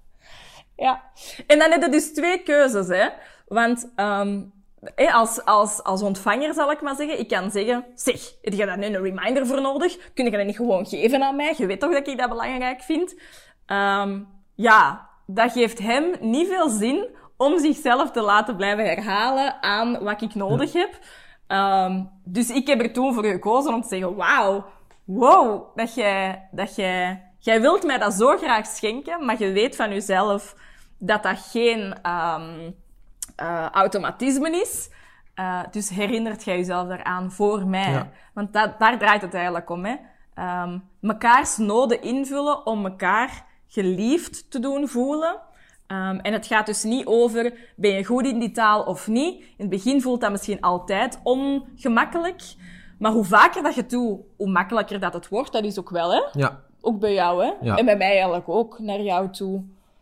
Ja, en dan heb je dus twee keuzes, hè. Want um, als, als, als ontvanger zal ik maar zeggen, ik kan zeggen, zeg, heb je daar nu een reminder voor nodig? Kun je dat niet gewoon geven aan mij? Je weet toch dat ik dat belangrijk vind? Um, ja, dat geeft hem niet veel zin om zichzelf te laten blijven herhalen aan wat ik nodig heb. Um, dus ik heb er toen voor gekozen om te zeggen, wauw, wow, dat jij, dat jij, jij wilt mij dat zo graag schenken, maar je weet van jezelf dat dat geen um, uh, automatisme is. Uh, dus herinnert jij jezelf daaraan voor mij. Ja. Want dat, daar draait het eigenlijk om. Hè. Um, mekaars noden invullen om elkaar geliefd te doen voelen. Um, en het gaat dus niet over, ben je goed in die taal of niet? In het begin voelt dat misschien altijd ongemakkelijk. Maar hoe vaker dat je het doet, hoe makkelijker dat het wordt. Dat is ook wel, hè? Ja. Ook bij jou, hè? Ja. En bij mij eigenlijk ook, naar jou toe.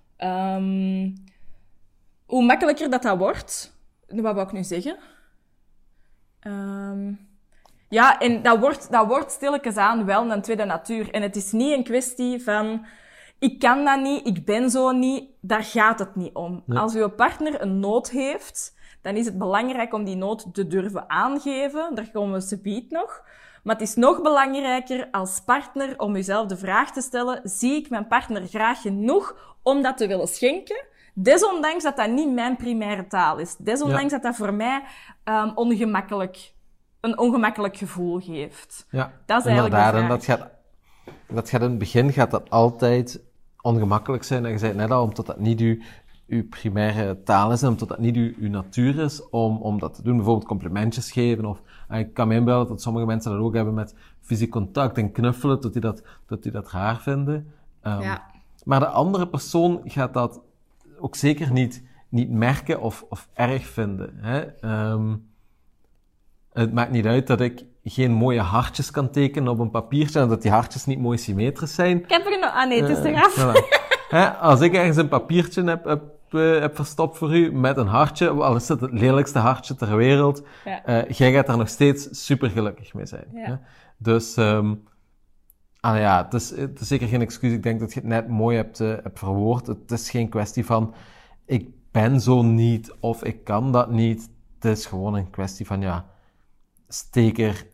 Um, hoe makkelijker dat dat wordt... Wat wou ik nu zeggen? Um, ja, en dat wordt, dat wordt stilletjes aan wel een tweede natuur. En het is niet een kwestie van... Ik kan dat niet, ik ben zo niet. Daar gaat het niet om. Nee. Als uw partner een nood heeft, dan is het belangrijk om die nood te durven aangeven. Daar komen we subiet nog. Maar het is nog belangrijker als partner om jezelf de vraag te stellen, zie ik mijn partner graag genoeg om dat te willen schenken? Desondanks dat dat niet mijn primaire taal is. Desondanks ja. dat dat voor mij um, ongemakkelijk, een ongemakkelijk gevoel geeft. Ja, dat is eigenlijk de vraag. En dat gaat, dat gaat in het begin gaat dat altijd ongemakkelijk zijn. En je zei het net al, omdat dat niet uw uw primaire taal is en omdat dat niet uw, uw natuur is om, om dat te doen. Bijvoorbeeld complimentjes geven of uh, ik kan me inbeelden dat sommige mensen dat ook hebben met fysiek contact en knuffelen, dat die dat, dat, die dat raar vinden. Um, ja. Maar de andere persoon gaat dat ook zeker niet, niet merken of, of erg vinden. Hè? Um, het maakt niet uit dat ik geen mooie hartjes kan tekenen op een papiertje en dat die hartjes niet mooi symmetrisch zijn. Ik heb er nog... Ah nee, het is Uh, eraf. Voilà. Hè, als ik ergens een papiertje heb, heb, uh, heb verstopt voor u met een hartje, al is het het lelijkste hartje ter wereld, Ja. uh, jij gaat daar nog steeds super gelukkig mee zijn. Ja. Hè? Dus, um, ah ja, het is, het is zeker geen excuus. Ik denk dat je het net mooi hebt, uh, hebt verwoord. Het is geen kwestie van, ik ben zo niet of ik kan dat niet. Het is gewoon een kwestie van, ja, steek er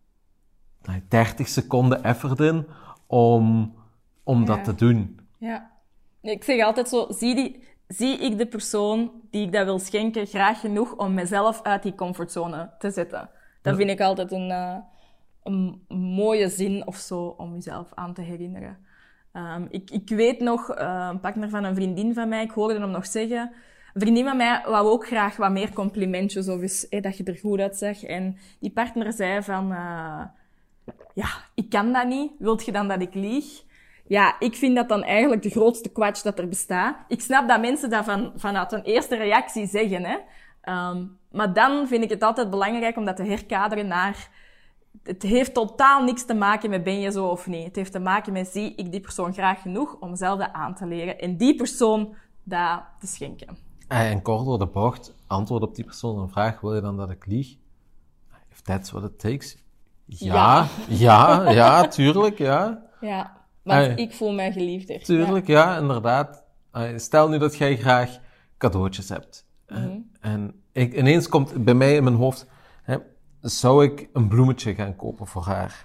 dertig seconden effort in om, om Ja. dat te doen. Ja. Ik zeg altijd zo, zie, die, zie ik de persoon die ik dat wil schenken graag genoeg om mezelf uit die comfortzone te zetten. Dat Ja. vind ik altijd een, uh, een mooie zin of zo om jezelf aan te herinneren. Um, ik, ik weet nog, uh, een partner van een vriendin van mij, ik hoorde hem nog zeggen, een vriendin van mij wou ook graag wat meer complimentjes of eens, hey, dat je er goed uitzag. En die partner zei van, uh, ja, ik kan dat niet, wilt je dan dat ik lieg? Ja, ik vind dat dan eigenlijk de grootste kwatsch dat er bestaat. Ik snap dat mensen dat van, vanuit een eerste reactie zeggen, hè. Um, maar dan vind ik het altijd belangrijk om dat te herkaderen naar... Het heeft totaal niks te maken met ben je zo of niet. Het heeft te maken met zie ik die persoon graag genoeg om zelf dat aan te leren. En die persoon dat te schenken. En kort door de bocht, antwoord op die persoon een vraag, wil je dan dat ik lieg? If that's what it takes. Ja, ja, ja, ja tuurlijk, ja. Ja. Want Ay, ik voel mij geliefder. Tuurlijk, ja, ja inderdaad. Ay, stel nu dat jij graag cadeautjes hebt. Mm-hmm. En ik, ineens komt bij mij in mijn hoofd, hè, zou ik een bloemetje gaan kopen voor haar?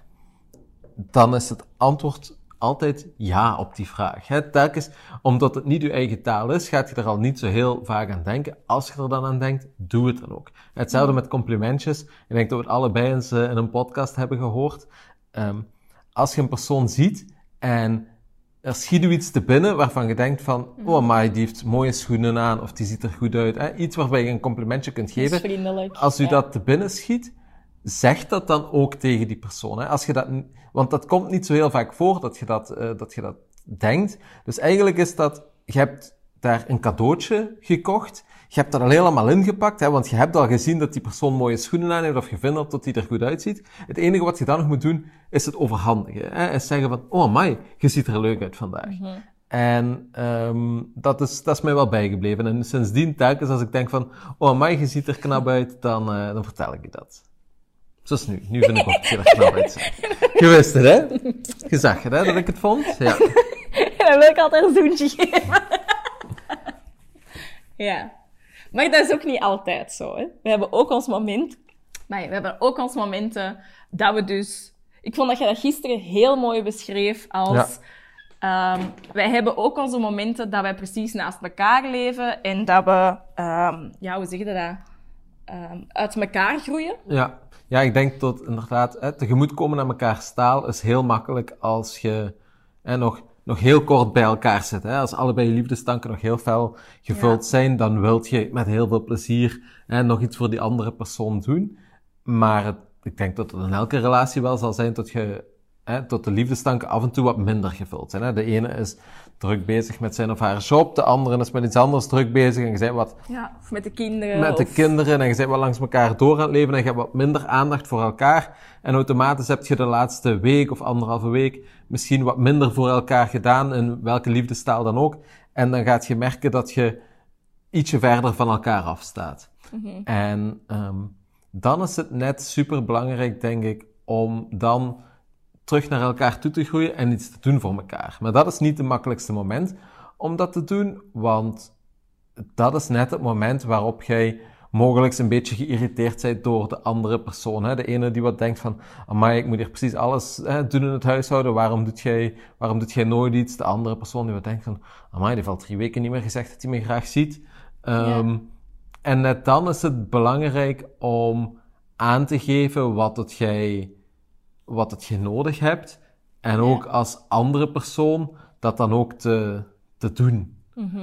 Dan is het antwoord altijd ja op die vraag. Hè. Telkens, omdat het niet uw eigen taal is, gaat je er al niet zo heel vaak aan denken. Als je er dan aan denkt, doe het dan ook. Hetzelfde met complimentjes. Ik denk dat we het allebei eens uh, in een podcast hebben gehoord. Um, als je een persoon ziet en er schiet u iets te binnen waarvan je denkt van, oh maar die heeft mooie schoenen aan of die ziet er goed uit. Hè? Iets waarbij je een complimentje kunt Dat is geven. vriendelijk. Als u Ja. dat te binnen schiet, zeg dat dan ook tegen die persoon. Hè? Als je dat, want dat komt niet zo heel vaak voor dat je dat, uh, dat je dat denkt. Dus eigenlijk is dat, je hebt daar een cadeautje gekocht. Je hebt dat al helemaal ingepakt, hè, want je hebt al gezien dat die persoon mooie schoenen aan heeft of je vindt dat hij er goed uitziet. Het enige wat je dan nog moet doen, is het overhandigen. Hè, is zeggen van, oh amai, je ziet er leuk uit vandaag. Mm-hmm. En um, dat, is, dat is mij wel bijgebleven. En sindsdien, telkens als ik denk van, oh amai, je ziet er knap uit, dan, uh, dan vertel ik je dat. Zoals nu. Nu vind ik ook dat je er knap uitziet. Je wist het, hè? Je zag het, hè, dat ik het vond? Ja. Dan wil ik altijd een zoentje geven. Ja. Maar dat is ook niet altijd zo, hè. We hebben ook ons moment... Maar we hebben ook ons momenten dat we dus... Ik vond dat je dat gisteren heel mooi beschreef als... Ja. Um, wij hebben ook onze momenten dat wij precies naast elkaar leven en dat we... Um, ja, hoe zeg je dat? Um, uit elkaar groeien. Ja. Ja, ik denk dat inderdaad, hè, tegemoetkomen aan elkaars taal is heel makkelijk als je hè, nog, nog heel kort bij elkaar zit. Hè. Als allebei je liefdestanken nog heel fel gevuld ja. zijn, dan wilt je met heel veel plezier hè, nog iets voor die andere persoon doen. Maar het, ik denk dat het in elke relatie wel zal zijn dat je, hè, tot de liefdestanken af en toe wat minder gevuld zijn. Hè. De ene is druk bezig met zijn of haar job, de andere is met iets anders druk bezig en je bent wat... Ja, of met de kinderen. Met de of... kinderen en je bent wat langs elkaar door aan het leven en je hebt wat minder aandacht voor elkaar. En automatisch heb je de laatste week of anderhalve week misschien wat minder voor elkaar gedaan, in welke liefdestaal dan ook. En dan gaat je merken dat je ietsje verder van elkaar afstaat. Mm-hmm. En um, dan is het net super belangrijk, denk ik, om dan terug naar elkaar toe te groeien en iets te doen voor elkaar. Maar dat is niet het makkelijkste moment om dat te doen, want dat is net het moment waarop jij mogelijk een beetje geïrriteerd bent door de andere persoon. Hè? De ene die wat denkt van, amai, ik moet hier precies alles hè, doen in het huishouden, waarom doet jij, waarom doet jij nooit iets? De andere persoon die wat denkt van, amai, die heeft al drie weken niet meer gezegd dat hij me graag ziet. Um, ja. En net dan is het belangrijk om aan te geven wat het jij, wat het je nodig hebt. En ook ja. als andere persoon dat dan ook te, te doen. Mm-hmm.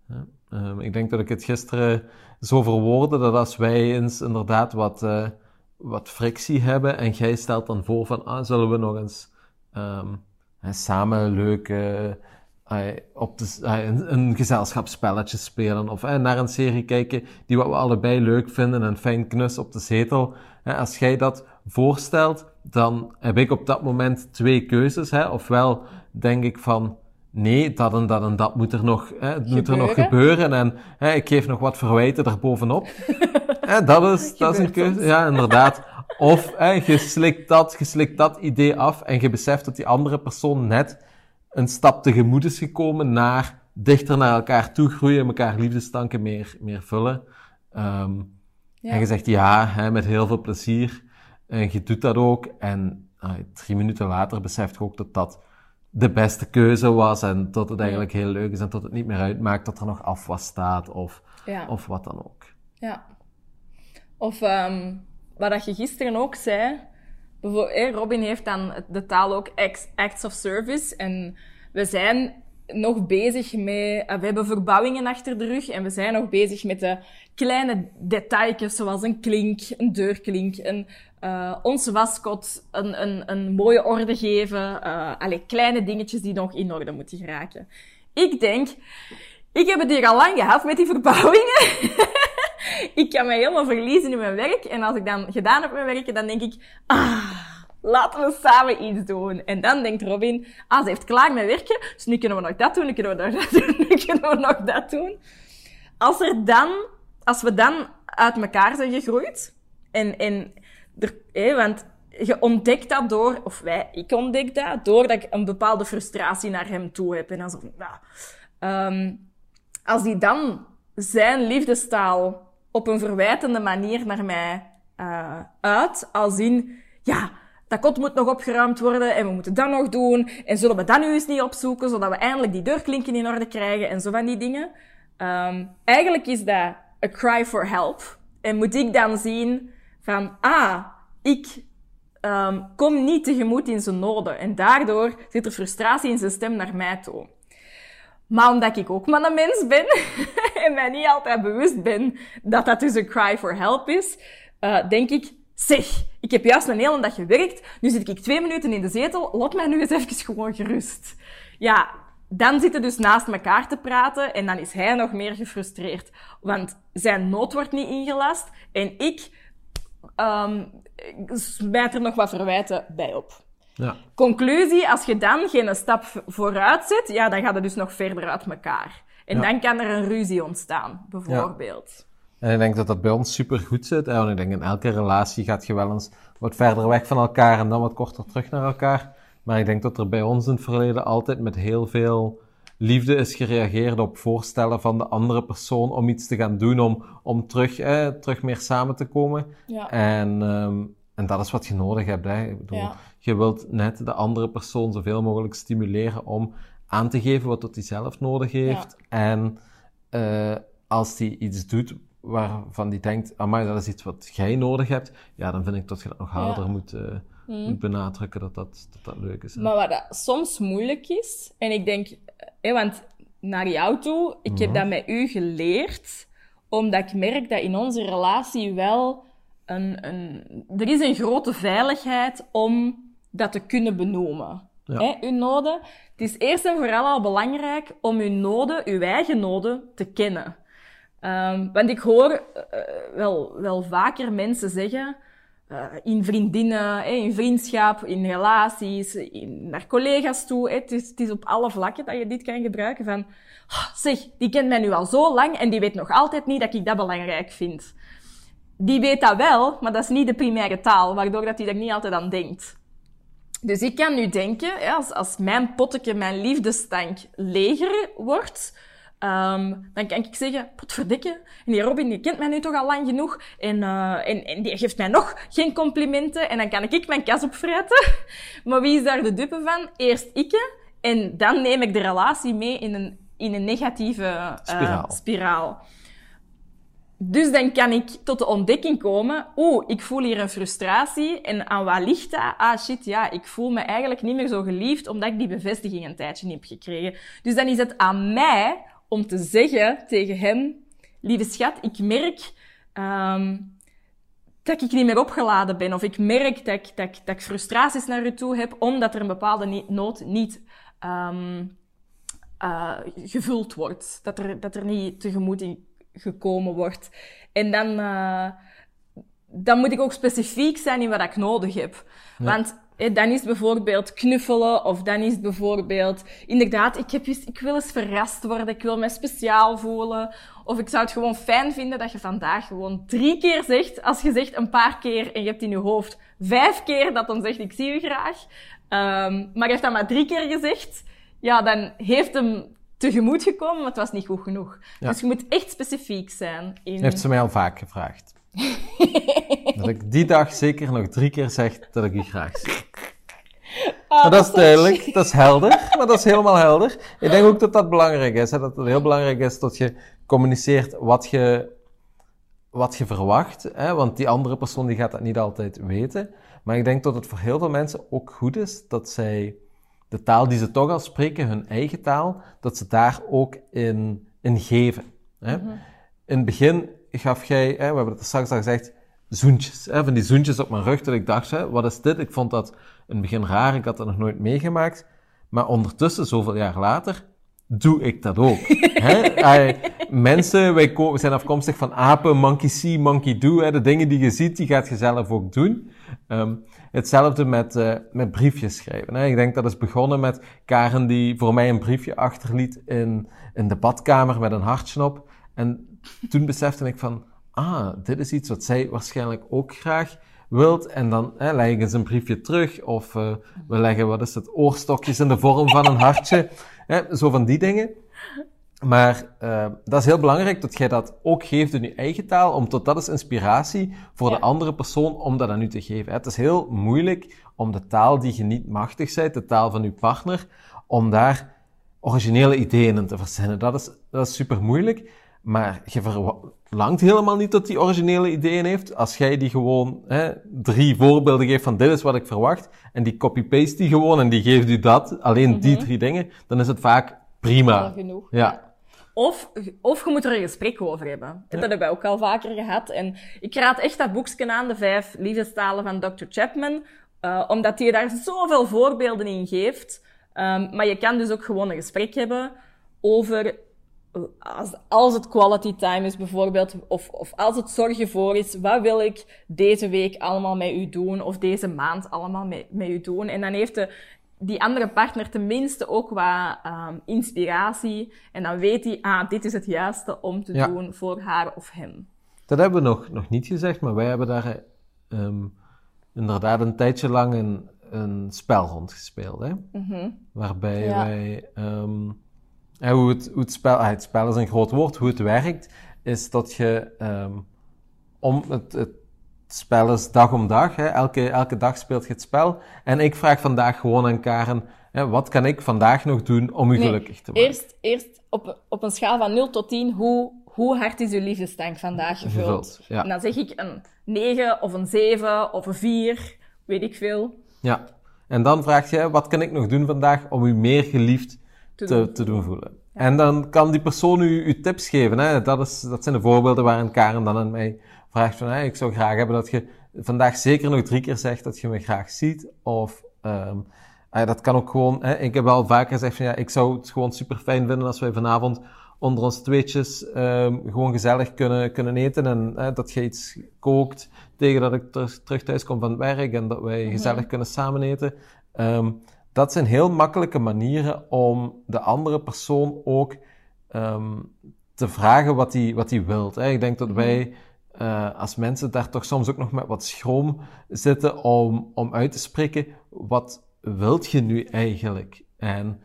Ja, um, ik denk dat ik het gisteren zo verwoordde dat als wij eens inderdaad wat, uh, wat frictie hebben en jij stelt dan voor van, ah, zullen we nog eens um, samen leuk uh, uh, op de, uh, een, een gezelschapsspelletje spelen of uh, naar een serie kijken die wat we allebei leuk vinden en fijn knus op de zetel. Uh, als jij dat voorstelt, dan heb ik op dat moment twee keuzes. Hè. Ofwel denk ik van, nee, dat en dat en dat moet er nog, hè, het moet er nog gebeuren en hè, ik geef nog wat verwijten erbovenop. hè, dat is, dat is een keuze. Ja, inderdaad. Of hè, je slikt dat, je slikt dat idee af en je beseft dat die andere persoon net een stap tegemoet is gekomen naar dichter naar elkaar toe groeien, elkaar liefdestanken meer, meer vullen. Um, ja. En je zegt ja, hè, met heel veel plezier. En je doet dat ook. En uh, drie minuten later beseft je ook dat dat de beste keuze was. En dat het eigenlijk heel leuk is. En dat het niet meer uitmaakt dat er nog afwas staat. Of, ja. of wat dan ook. Ja. Of um, wat dat je gisteren ook zei. Bijvoorbeeld, Robin heeft dan de taal ook acts of service. En we zijn nog bezig met... We hebben verbouwingen achter de rug. En we zijn nog bezig met de kleine detailjes, zoals een klink, een deurklink, een, uh, onze waskot, een, een, een mooie orde geven. Uh, allee, kleine dingetjes die nog in orde moeten geraken. Ik denk, ik heb het hier al lang gehad met die verbouwingen. Ik kan mij helemaal verliezen in mijn werk. En als ik dan gedaan heb met werken, dan denk ik, ah, laten we samen iets doen. En dan denkt Robin, ah, ze heeft klaar met werken, dus nu kunnen we nog dat doen, nu kunnen we nog dat doen, nu kunnen we nog dat doen. Als er dan, als we dan uit elkaar zijn gegroeid, en, en, er, hé, want je ontdekt dat door, of wij, ik ontdek dat, doordat ik een bepaalde frustratie naar hem toe heb. En dan zo, nou, um, als die dan zijn liefdestaal op een verwijtende manier naar mij uh, uit, als in, ja, dat kot moet nog opgeruimd worden en we moeten dat nog doen en zullen we dat nu eens niet opzoeken, zodat we eindelijk die deurklinken in orde krijgen en zo van die dingen. Um, eigenlijk is dat a cry for help. En moet ik dan zien van, ah, ik um, kom niet tegemoet in zijn noden. En daardoor zit er frustratie in zijn stem naar mij toe. Maar omdat ik ook maar een mens ben en mij niet altijd bewust ben dat dat dus een cry for help is, uh, denk ik, zeg, ik heb juist een hele dag gewerkt, nu zit ik twee minuten in de zetel, laat mij nu eens even gewoon gerust. Ja, dan zitten dus naast elkaar te praten en dan is hij nog meer gefrustreerd. Want zijn nood wordt niet ingelast en ik um, smijt er nog wat verwijten bij op. Ja. Conclusie, als je dan geen stap vooruit zet, ja, dan gaat het dus nog verder uit elkaar. En ja. dan kan er een ruzie ontstaan, bijvoorbeeld. Ja. En ik denk dat dat bij ons super goed zit. En ik denk in elke relatie gaat je wel eens wat verder weg van elkaar en dan wat korter terug naar elkaar. Maar ik denk dat er bij ons in het verleden altijd met heel veel liefde is gereageerd op voorstellen van de andere persoon om iets te gaan doen, om, om terug, eh, terug meer samen te komen. Ja. En, um, en dat is wat je nodig hebt. Hè. Ik bedoel, ja. Je wilt net de andere persoon zoveel mogelijk stimuleren om aan te geven wat hij zelf nodig heeft. Ja. En uh, als hij iets doet waarvan die denkt, amai, dat is iets wat jij nodig hebt, ja, dan vind ik dat je dat nog harder ja. moet, uh, mm. moet benadrukken dat dat, dat dat leuk is. Hè. Maar wat dat soms moeilijk is, en ik denk, hè, want naar jou toe, ik mm-hmm. heb dat met u geleerd, omdat ik merk dat in onze relatie wel een, een, er is een grote veiligheid om dat te kunnen benoemen. Ja. Hè, uw noden. Het is eerst en vooral al belangrijk om uw noden, uw eigen noden, te kennen. Um, want ik hoor uh, wel, wel vaker mensen zeggen, uh, in vriendinnen, hè, in vriendschap, in relaties, in, naar collega's toe, hè, het, is, het is op alle vlakken dat je dit kan gebruiken, van, oh, zeg, die kent mij nu al zo lang en die weet nog altijd niet dat ik dat belangrijk vind. Die weet dat wel, maar dat is niet de primaire taal, waardoor dat hij er niet altijd aan denkt. Dus ik kan nu denken, hè, als, als mijn potteke, mijn liefdestank leger wordt, Um, dan kan ik zeggen, potverdikke, en die Robin die kent mij nu toch al lang genoeg en, uh, en, en die geeft mij nog geen complimenten en dan kan ik mijn kas opvretten. Maar wie is daar de dupe van? Eerst ik en dan neem ik de relatie mee in een, in een negatieve uh, spiraal. spiraal. Dus dan kan ik tot de ontdekking komen, oeh, ik voel hier een frustratie en aan wat ligt dat? Ah shit, ja, ik voel me eigenlijk niet meer zo geliefd omdat ik die bevestiging een tijdje niet heb gekregen. Dus dan is het aan mij om te zeggen tegen hem, lieve schat, ik merk um, dat ik niet meer opgeladen ben. Of ik merk dat ik, dat, ik, dat ik frustraties naar u toe heb, omdat er een bepaalde ni- nood niet um, uh, gevuld wordt. Dat er, dat er niet tegemoet in gekomen wordt. En dan, uh, dan moet ik ook specifiek zijn in wat ik nodig heb. Ja. Want He, dan is het bijvoorbeeld knuffelen, of dan is het bijvoorbeeld, inderdaad, ik, heb, ik wil eens verrast worden, ik wil me speciaal voelen. Of ik zou het gewoon fijn vinden dat je vandaag gewoon drie keer zegt, als je zegt een paar keer en je hebt in je hoofd vijf keer dat dan zegt, ik zie u graag. Um, maar je heeft dat maar drie keer gezegd, ja, dan heeft hem tegemoet gekomen, maar het was niet goed genoeg. Ja. Dus je moet echt specifiek zijn. In... Heeft ze mij al vaak gevraagd. Dat ik die dag zeker nog drie keer zeg dat ik u graag zie. Ah, maar dat is duidelijk, dat is helder, maar dat is helemaal helder. Ik denk ook dat dat belangrijk is, hè? Dat het heel belangrijk is dat je communiceert wat je, wat je verwacht, hè? Want die andere persoon die gaat dat niet altijd weten. Maar ik denk dat het voor heel veel mensen ook goed is dat zij de taal die ze toch al spreken, hun eigen taal, dat ze daar ook in, in geven. Hè? Mm-hmm. In het begin gaf jij, hè, we hebben het straks al gezegd, zoentjes. Hè, van die zoentjes op mijn rug, dat ik dacht, hè, wat is dit? Ik vond dat in het begin raar, ik had dat nog nooit meegemaakt. Maar ondertussen, zoveel jaar later, doe ik dat ook. Hè? Ay, mensen, wij ko- we zijn afkomstig van apen, monkey see, monkey do. Hè? De dingen die je ziet, die gaat je zelf ook doen. Um, hetzelfde met, uh, met briefjes schrijven. Hè? Ik denk dat is begonnen met Karen die voor mij een briefje achterliet in, in de badkamer met een hartje op. En toen besefte ik van, ah, dit is iets wat zij waarschijnlijk ook graag wilt. En dan hè, leg ik eens een briefje terug. Of uh, we leggen, wat is het, oorstokjes in de vorm van een hartje. Hè, zo van die dingen. Maar uh, dat is heel belangrijk dat jij dat ook geeft in je eigen taal. Omdat dat is inspiratie voor ja. de andere persoon om dat aan u te geven. Hè. Het is heel moeilijk om de taal die je niet machtig bent, de taal van je partner, om daar originele ideeën in te verzinnen. Dat is, dat is super moeilijk. Maar je verlangt helemaal niet dat die originele ideeën heeft. Als jij die gewoon hè, drie voorbeelden geeft van dit is wat ik verwacht, en die copy-paste die gewoon en die geeft u dat, alleen mm-hmm. die drie dingen, dan is het vaak prima. Al genoeg. Ja. Ja. Of, of je moet er een gesprek over hebben. Ja. Dat hebben wij ook al vaker gehad. En ik raad echt dat boekje aan, de vijf liefdestalen van dokter Chapman, uh, omdat hij daar zoveel voorbeelden in geeft. Um, maar je kan dus ook gewoon een gesprek hebben over... Als, als het quality time is bijvoorbeeld, of, of als het zorgen voor is, wat wil ik deze week allemaal met u doen, of deze maand allemaal met, met u doen. En dan heeft de, die andere partner tenminste ook wat um, inspiratie, en dan weet hij, ah, dit is het juiste om te ja. doen voor haar of hem. Dat hebben we nog, nog niet gezegd, maar wij hebben daar um, inderdaad een tijdje lang een, een spel rond gespeeld, hè? Mm-hmm. Waarbij ja. wij... Um, En hoe het, hoe het spel, ah, het spel is een groot woord, hoe het werkt, is dat je, um, om het, het spel is dag om dag, hè, elke, elke dag speelt je het spel. En ik vraag vandaag gewoon aan Karen, hè, wat kan ik vandaag nog doen om u nee, gelukkig te maken? Eerst, eerst op, op een schaal van nul tot tien, hoe, hoe hard is uw liefdestank vandaag gevuld? gevuld ja. En dan zeg ik een negen of een zeven of een vier, weet ik veel. Ja, en dan vraag je, wat kan ik nog doen vandaag om u meer geliefd Te, te, te doen voelen. Ja. En dan kan die persoon u, u tips geven. Hè? Dat, is, dat zijn de voorbeelden waarin Karen dan aan mij vraagt van, hey, ik zou graag hebben dat je vandaag zeker nog drie keer zegt dat je me graag ziet. Of, um, uh, dat kan ook gewoon, hè? Ik heb wel vaker gezegd van, ja, ik zou het gewoon super fijn vinden als wij vanavond onder ons tweetjes um, gewoon gezellig kunnen, kunnen eten. En uh, dat je iets kookt tegen dat ik ter, terug thuis kom van het werk en dat wij mm-hmm. gezellig kunnen samen eten. Um, Dat zijn heel makkelijke manieren om de andere persoon ook um, te vragen wat hij wat hij wilt. Hè. Ik denk dat wij uh, als mensen daar toch soms ook nog met wat schroom zitten om, om uit te spreken, wat wilt je nu eigenlijk? En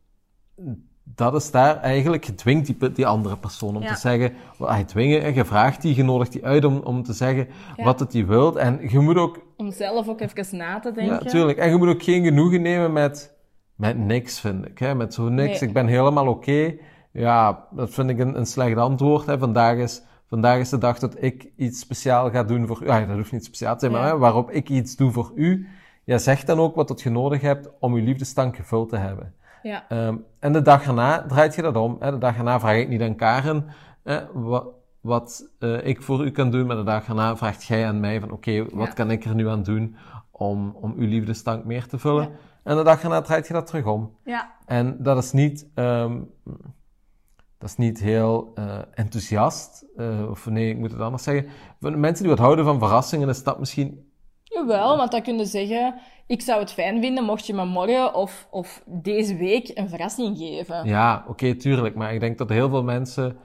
dat is daar eigenlijk, je dwingt die, die andere persoon om ja. te zeggen, je dwingen en je vraagt die, je nodigt die uit om, om te zeggen ja. wat het die wilt. En je moet ook... Om zelf ook even na te denken. Ja, natuurlijk. En je moet ook geen genoegen nemen met, met niks, vind ik. Hè? Met zo niks, nee. Ik ben helemaal oké. Okay. Ja, dat vind ik een, een slecht antwoord. Hè? Vandaag is, vandaag is de dag dat ik iets speciaal ga doen voor u. Ja, dat hoeft niet speciaal te zijn, ja. maar hè, waarop ik iets doe voor u. Ja, zeg dan ook wat dat je nodig hebt om je liefdestank gevuld te hebben. Ja. Um, en de dag erna draait je dat om. Hè? De dag erna vraag ik niet aan Karen hè, wat, wat uh, ik voor u kan doen, maar de dag erna vraagt jij aan mij van oké, okay, wat ja. kan ik er nu aan doen om, om uw liefdestank meer te vullen? Ja. En de dag erna draait je dat terug om. Ja. En dat is niet, um, dat is niet heel uh, enthousiast. Uh, of nee, ik moet het anders zeggen. Voor mensen die wat houden van verrassingen is dat misschien... Jawel, want dan kun je zeggen... Ik zou het fijn vinden mocht je me morgen of, of deze week een verrassing geven. Ja, oké, okay, tuurlijk. Maar ik denk dat heel veel mensen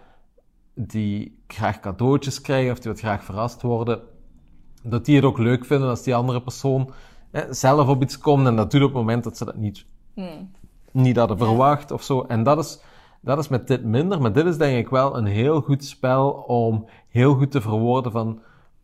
die graag cadeautjes krijgen of die wat graag verrast worden, dat die het ook leuk vinden als die andere persoon eh, zelf op iets komt. En dat doet op het moment dat ze dat niet, hmm. niet hadden verwacht ja. of zo. En dat is, dat is met dit minder. Maar dit is denk ik wel een heel goed spel om heel goed te verwoorden van...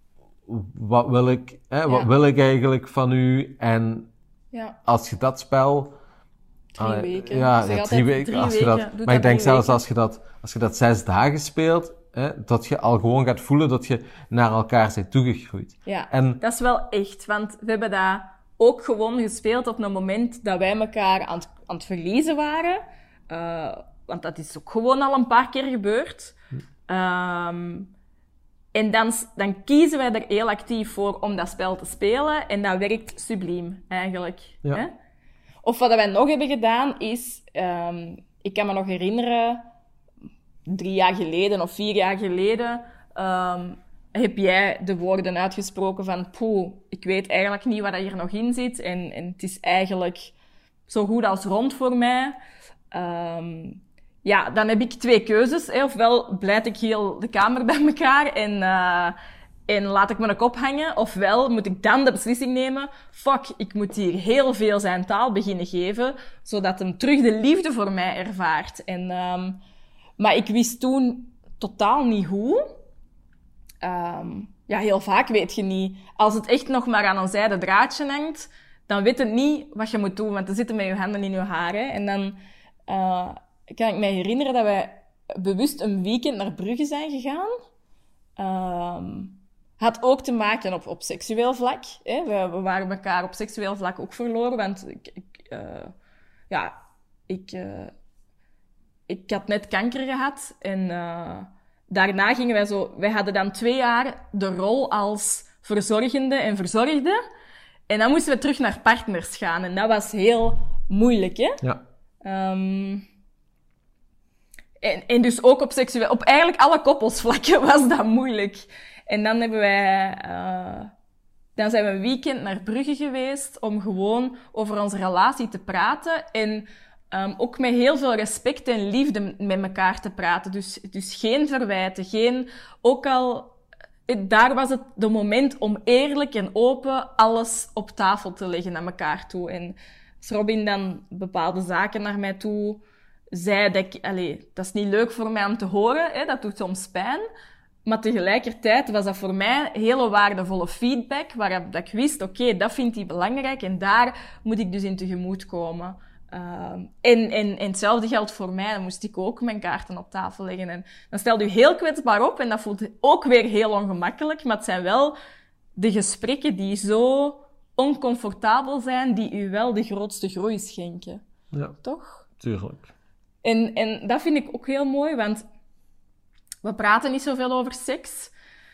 Wat wil ik, hè, wat ja. wil ik eigenlijk van u? En ja. als je dat spel... Drie uh, weken. Ja, ja drie weken. Drie als je dat, weken. Maar ik denk zelfs weken. als je dat, als je dat zes dagen speelt, hè, dat je al gewoon gaat voelen dat je naar elkaar bent toegegroeid. Ja, en, dat is wel echt. Want we hebben dat ook gewoon gespeeld op een moment dat wij elkaar aan het, aan het verliezen waren. Uh, want dat is ook gewoon al een paar keer gebeurd. Hm. Um, En dan, dan kiezen wij er heel actief voor om dat spel te spelen. En dat werkt subliem, eigenlijk. Ja. Hè? Of wat wij nog hebben gedaan, is... Um, ik kan me nog herinneren... Drie jaar geleden of vier jaar geleden... Um, heb jij de woorden uitgesproken van... Poeh, ik weet eigenlijk niet wat er hier nog in zit. En, en het is eigenlijk zo goed als rond voor mij. Um, Ja, dan heb ik twee keuzes. Hè. Ofwel blijf ik heel de kamer bij elkaar en, uh, en laat ik mijn kop hangen. Ofwel moet ik dan de beslissing nemen... Fuck, ik moet hier heel veel zijn taal beginnen geven, zodat hem terug de liefde voor mij ervaart. En, um, maar ik wist toen totaal niet hoe. Um, ja, heel vaak weet je niet. Als het echt nog maar aan een zijden draadje hangt, dan weet het niet wat je moet doen, want dan zitten met je handen in je haren. En dan... Uh, kan ik me herinneren dat wij bewust een weekend naar Brugge zijn gegaan. Um, had ook te maken op, op seksueel vlak. Hè. We, we waren elkaar op seksueel vlak ook verloren, want ik, ik, uh, ja, ik, uh, ik had net kanker gehad. En uh, daarna gingen wij zo... Wij hadden dan twee jaar de rol als verzorgende en verzorgde. En dan moesten we terug naar partners gaan. En dat was heel moeilijk, hè. Ja. Um, En, en dus ook op seksueel... Op eigenlijk alle koppelsvlakken was dat moeilijk. En dan hebben wij... Uh, dan zijn we een weekend naar Brugge geweest om gewoon over onze relatie te praten. En um, ook met heel veel respect en liefde met elkaar te praten. Dus, dus geen verwijten, geen... Ook al... Daar was het de moment om eerlijk en open alles op tafel te leggen naar elkaar toe. En als Robin dan bepaalde zaken naar mij toe... zei dat ik... Allee, dat is niet leuk voor mij om te horen, hè, dat doet soms pijn. Maar tegelijkertijd was dat voor mij hele waardevolle feedback, waar dat ik wist, oké, okay, dat vindt hij belangrijk en daar moet ik dus in tegemoetkomen. Uh, en, en, en hetzelfde geldt voor mij, dan moest ik ook mijn kaarten op tafel leggen. En dan stelde u heel kwetsbaar op en dat voelt ook weer heel ongemakkelijk, maar het zijn wel de gesprekken die zo oncomfortabel zijn, die u wel de grootste groei schenken. Ja, toch? Tuurlijk. En, en dat vind ik ook heel mooi, want we praten niet zoveel over seks.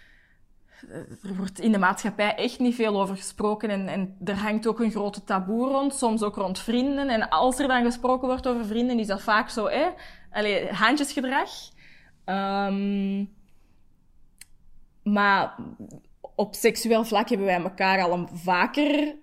Er wordt in de maatschappij echt niet veel over gesproken en, en er hangt ook een grote taboe rond, soms ook rond vrienden. En als er dan gesproken wordt over vrienden, is dat vaak zo, hè, allee, handjesgedrag. Um, maar op seksueel vlak hebben wij elkaar al een vaker...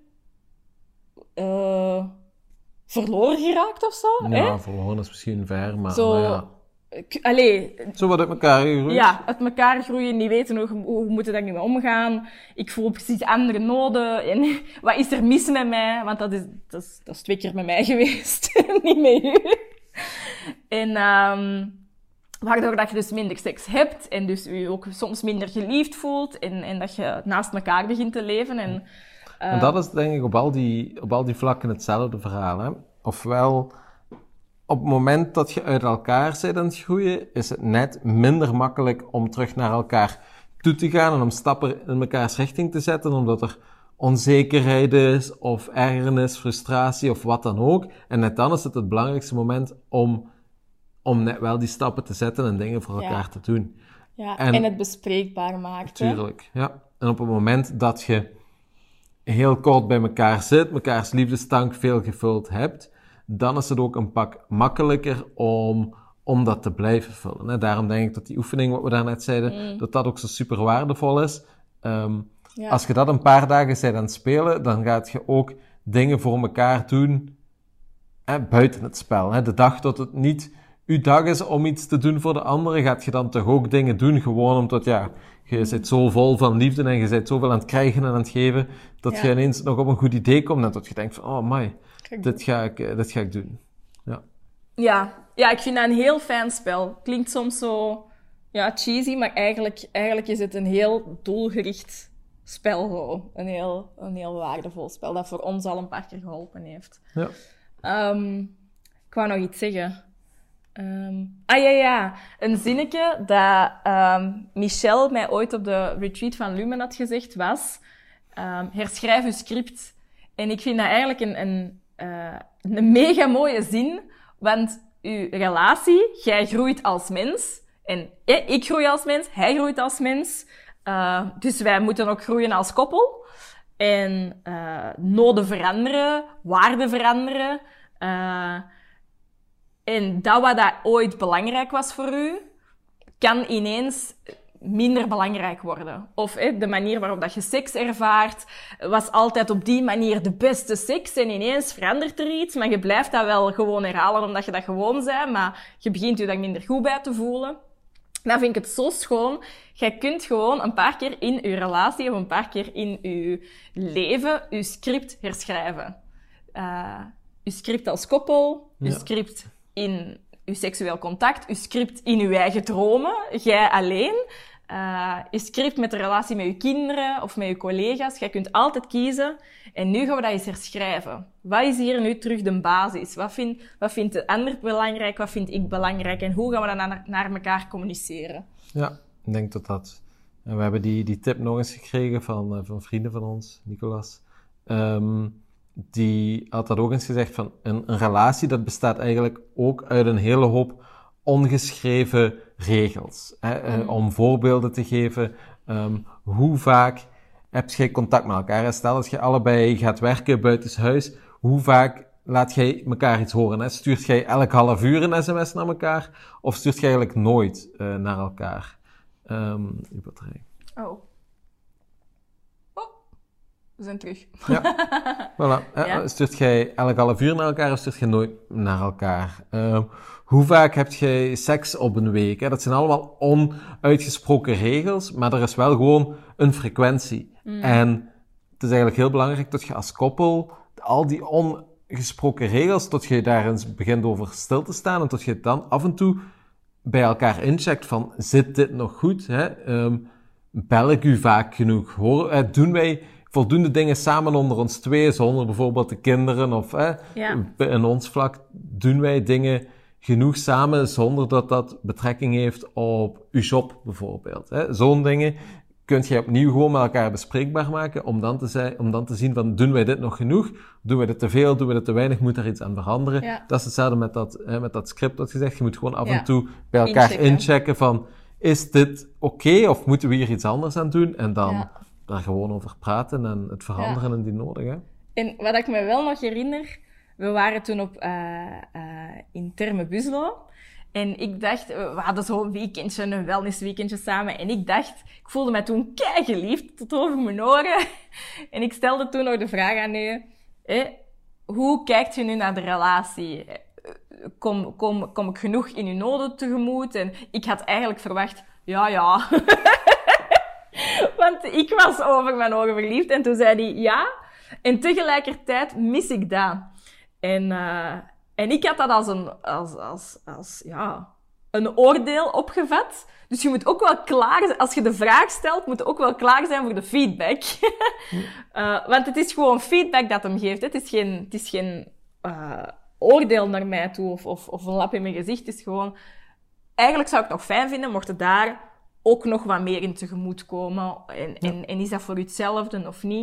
Uh, verloren geraakt of zo. Ja, hè? verloren is misschien ver, maar, zo, maar ja. Allee, zo wat uit elkaar gegroeid. Ja, uit elkaar groeien, niet weten hoe, hoe we moeten daar nu mee omgaan. Ik voel precies andere noden. En wat is er mis met mij? Want dat is, dat is, dat is twee keer met mij geweest, niet met u. En um, waardoor dat je dus minder seks hebt en dus je ook soms minder geliefd voelt en, en dat je naast elkaar begint te leven. En, uh... en dat is denk ik op al die, op al die vlakken hetzelfde verhaal. Hè? Ofwel, op het moment dat je uit elkaar bent aan het groeien, is het net minder makkelijk om terug naar elkaar toe te gaan en om stappen in mekaars richting te zetten, omdat er onzekerheid is, of ergernis, frustratie, of wat dan ook. En net dan is het het belangrijkste moment om, om net wel die stappen te zetten en dingen voor elkaar ja. te doen. Ja, en, en het bespreekbaar maakt. Tuurlijk, hè? Ja. En op het moment dat je heel kort bij elkaar zit, mekaars liefdestank veel gevuld hebt, dan is het ook een pak makkelijker om, om dat te blijven vullen. Hè? Daarom denk ik dat die oefening, wat we daarnet zeiden, mm. dat dat ook zo super waardevol is. Um, ja. Als je dat een paar dagen bent aan het spelen, dan gaat je ook dingen voor elkaar doen hè, buiten het spel. Hè? De dag dat het niet uw dag is om iets te doen voor de anderen, gaat je dan toch ook dingen doen, gewoon omdat, ja, je zit zo vol van liefde en je bent zoveel aan het krijgen en aan het geven, dat ja. je ineens nog op een goed idee komt en dat je denkt van, oh my, dit ga ik, dit ga ik doen. Ja. Ja. Ja, ik vind dat een heel fijn spel. Klinkt soms zo, ja, cheesy, maar eigenlijk, eigenlijk is het een heel doelgericht spel zo. Een heel, een heel waardevol spel, dat voor ons al een paar keer geholpen heeft. Ja. Um, ik wou nog iets zeggen. Um, ah ja, ja. Een zinnetje dat um, Michel mij ooit op de retreat van Lumen had gezegd was: um, herschrijf uw script. En ik vind dat eigenlijk een, een, uh, een mega mooie zin, want uw relatie, jij groeit als mens. En eh, ik groei als mens, hij groeit als mens. Uh, dus wij moeten ook groeien als koppel. En uh, noden veranderen, waarden veranderen. Uh, En dat wat dat ooit belangrijk was voor u, kan ineens minder belangrijk worden. Of hè, de manier waarop dat je seks ervaart, was altijd op die manier de beste seks. En ineens verandert er iets, maar je blijft dat wel gewoon herhalen omdat je dat gewoon bent. Maar je begint je daar minder goed bij te voelen. Dan vind ik het zo schoon. Jij kunt gewoon een paar keer in je relatie of een paar keer in je leven je script herschrijven. Uh, je script als koppel, je ja. script in je seksueel contact, je script in je eigen dromen, jij alleen, uh, je script met de relatie met je kinderen of met je collega's. Jij kunt altijd kiezen. En nu gaan we dat eens herschrijven. Wat is hier nu terug de basis? Wat, vind, wat vindt de ander belangrijk? Wat vind ik belangrijk? En hoe gaan we dat naar, naar elkaar communiceren? Ja, ik denk dat dat... En we hebben die, die tip nog eens gekregen van, uh, van vrienden van ons, Nicolas. Um, die had dat ook eens gezegd van een, een relatie dat bestaat eigenlijk ook uit een hele hoop ongeschreven regels. Hè? Mm. Uh, om voorbeelden te geven, um, hoe vaak heb jij contact met elkaar? Stel dat je allebei gaat werken buitenshuis, hoe vaak laat jij elkaar iets horen? Hè? Stuurt jij elk half uur een sms naar elkaar? Of stuurt jij eigenlijk nooit uh, naar elkaar? Um, uw batterij. Oh. We zijn terug. Ja, voilà. Ja? Stuurt jij elk half uur naar elkaar of stuurt je nooit naar elkaar? Uh, hoe vaak heb jij seks op een week? Hè? Dat zijn allemaal onuitgesproken regels, maar er is wel gewoon een frequentie. Mm. En het is eigenlijk heel belangrijk dat je als koppel al die ongesproken regels, tot je daar eens begint over stil te staan en tot je dan af en toe bij elkaar incheckt van, zit dit nog goed? Hè? Um, bel ik u vaak genoeg? Hoor, uh, doen wij voldoende dingen samen onder ons twee, zonder bijvoorbeeld de kinderen of eh, ja. in ons vlak doen wij dingen genoeg samen zonder dat dat betrekking heeft op uw job bijvoorbeeld. Hè. Zo'n dingen kun je opnieuw gewoon met elkaar bespreekbaar maken om dan te, zijn, om dan te zien van doen wij dit nog genoeg, doen wij dit te veel, doen wij dit te weinig, moet er iets aan veranderen. Ja. Dat is hetzelfde met dat, hè, met dat script dat je zegt. Je moet gewoon af ja. en toe bij elkaar inchecken, inchecken van is dit oké okay, of moeten we hier iets anders aan doen en dan ja. daar gewoon over praten en het veranderen ja. indien nodig. Hè? En wat ik me wel nog herinner, we waren toen op, uh, uh, in Terme Buslo. En ik dacht, we hadden zo'n weekendje, een wellnessweekendje samen. En ik dacht, ik voelde mij toen keigeliefd tot over mijn oren. En ik stelde toen nog de vraag aan u, hè, hoe kijkt u nu naar de relatie? Kom, kom, kom ik genoeg in uw noden tegemoet? En ik had eigenlijk verwacht, ja, ja. Want ik was over mijn ogen verliefd. En toen zei hij ja. En tegelijkertijd mis ik dat. En, uh, en ik had dat als een, als, als, als, ja, een oordeel opgevat. Dus je moet ook wel klaar zijn. Als je de vraag stelt, moet je ook wel klaar zijn voor de feedback. uh, want het is gewoon feedback dat hem geeft. Het is geen, het is geen uh, oordeel naar mij toe of, of, of een lap in mijn gezicht. Het is gewoon... Eigenlijk zou ik het nog fijn vinden, mocht het daar ook nog wat meer in tegemoet komen. En, ja. en, en is dat voor u hetzelfde of niet?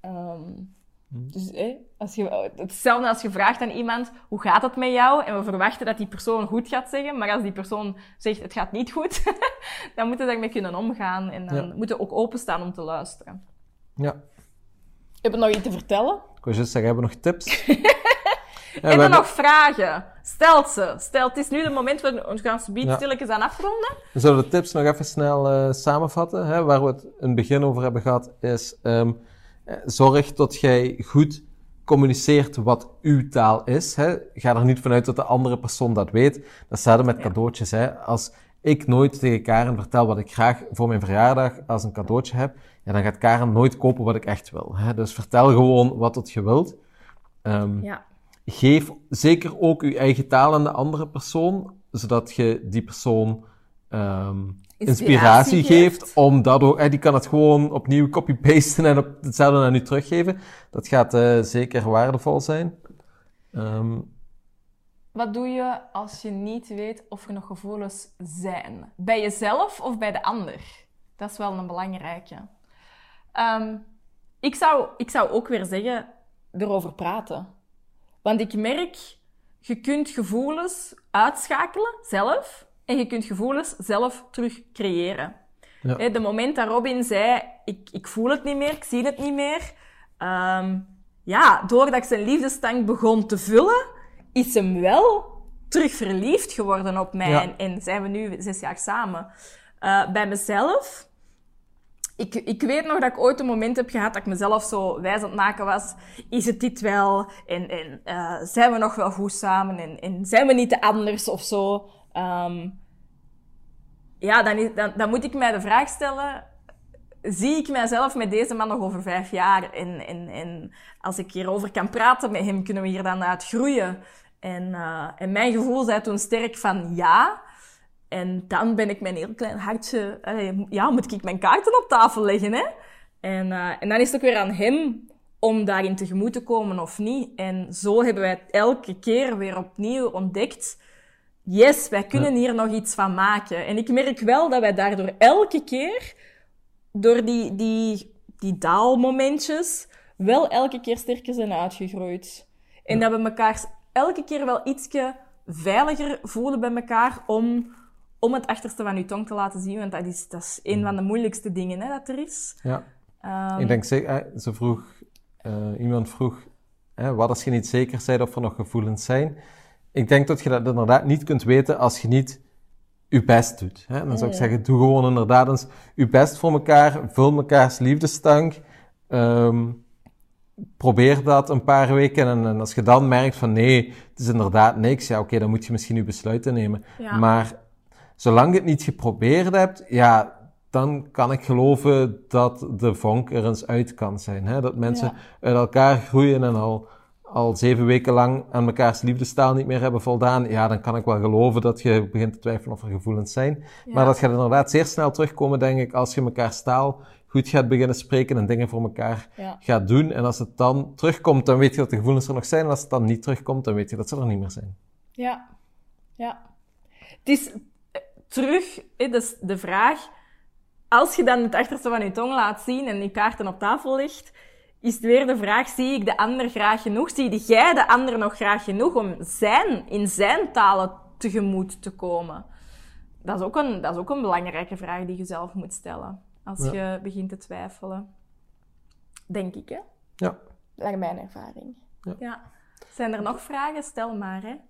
Um, dus eh, als je, hetzelfde als je vraagt aan iemand, hoe gaat het met jou? En we verwachten dat die persoon goed gaat zeggen, maar als die persoon zegt, het gaat niet goed, dan moeten we daarmee kunnen omgaan en dan ja. moeten we ook openstaan om te luisteren. Ja. Heb je nog iets te vertellen? Ik wil juist zeggen, hebben we nog tips? Ja, en dan nog vragen. Stel ze. Stel, het is nu het moment, we gaan ze ja. stilletjes aan afronden. We zullen de tips nog even snel uh, samenvatten. Hè? Waar we het in het begin over hebben gehad, is um, zorg dat jij goed communiceert wat uw taal is. Hè? Ga er niet vanuit dat de andere persoon dat weet. Dat is hetzelfde met ja. cadeautjes. Hè? Als ik nooit tegen Karen vertel wat ik graag voor mijn verjaardag als een cadeautje heb, ja, dan gaat Karen nooit kopen wat ik echt wil. Hè? Dus vertel gewoon wat het je wilt. Um, ja. Geef zeker ook je eigen taal aan de andere persoon, zodat je die persoon um, inspiratie, inspiratie geeft. geeft, om dat ook, eh, die kan het gewoon opnieuw copy-pasten en op hetzelfde naar u teruggeven. Dat gaat uh, zeker waardevol zijn. Um, Wat doe je als je niet weet of er nog gevoelens zijn? Bij jezelf of bij de ander? Dat is wel een belangrijke. Um, ik, zou, ik zou ook weer zeggen, erover praten. Want ik merk, je kunt gevoelens uitschakelen, zelf. En je kunt gevoelens zelf terug creëren. Ja. He, de moment dat Robin zei, ik, ik voel het niet meer, ik zie het niet meer. Um, ja, doordat ik zijn liefdestank begon te vullen, is hem wel terug verliefd geworden op mij. Ja. En, en zijn we nu zes jaar samen. Uh, bij mezelf... Ik, ik weet nog dat ik ooit een moment heb gehad dat ik mezelf zo wijs aan het maken was. Is het dit wel? En, en uh, zijn we nog wel goed samen? En, en zijn we niet te anders of zo? Um, ja, dan, is, dan, dan moet ik mij de vraag stellen... Zie ik mijzelf met deze man nog over vijf jaar? En, en, en als ik hierover kan praten met hem, kunnen we hier dan uit groeien? En, uh, en mijn gevoel zei toen sterk van ja... En dan ben ik mijn heel klein hartje... Allee, ja, moet ik mijn kaarten op tafel leggen, hè? En, uh, en dan is het ook weer aan hem om daarin tegemoet te komen of niet. En zo hebben wij het elke keer weer opnieuw ontdekt. Yes, wij kunnen hier nog iets van maken. En ik merk wel dat wij daardoor elke keer, door die, die, die daalmomentjes, wel elke keer sterker zijn uitgegroeid. En ja. dat we elkaar elke keer wel ietsje veiliger voelen bij elkaar om... om het achterste van je tong te laten zien, want dat is, dat is een van de moeilijkste dingen hè, dat er is. Ja. Um, ik denk, ze, ze vroeg, uh, iemand vroeg, hè, wat als je niet zeker bent of er nog gevoelens zijn? Ik denk dat je dat inderdaad niet kunt weten als je niet je best doet. Hè? Dan zou ik zeggen, doe gewoon inderdaad eens je best voor elkaar, vul mekaars liefdestank, um, probeer dat een paar weken en, en als je dan merkt van nee, het is inderdaad niks, ja oké, okay, dan moet je misschien je besluiten nemen. Ja. Maar zolang je het niet geprobeerd hebt, ja, dan kan ik geloven dat de vonk er eens uit kan zijn. Hè? Dat mensen ja. uit elkaar groeien en al, al zeven weken lang aan mekaars liefdestaal niet meer hebben voldaan. Ja, dan kan ik wel geloven dat je begint te twijfelen of er gevoelens zijn. Ja. Maar dat gaat inderdaad zeer snel terugkomen, denk ik, als je mekaars taal goed gaat beginnen spreken en dingen voor elkaar ja. gaat doen. En als het dan terugkomt, dan weet je dat de gevoelens er nog zijn. En als het dan niet terugkomt, dan weet je dat ze er niet meer zijn. Ja, ja. Het is... Terug, dus de vraag, als je dan het achterste van je tong laat zien en je kaarten op tafel legt, is het weer de vraag, zie ik de ander graag genoeg? Zie jij de ander nog graag genoeg om zijn, in zijn talen tegemoet te komen? Dat is ook een, dat is ook een belangrijke vraag die je zelf moet stellen, als ja. je begint te twijfelen. Denk ik, hè? Ja. Naar mijn ervaring. Ja. ja. Zijn er nog vragen? Stel maar, hè.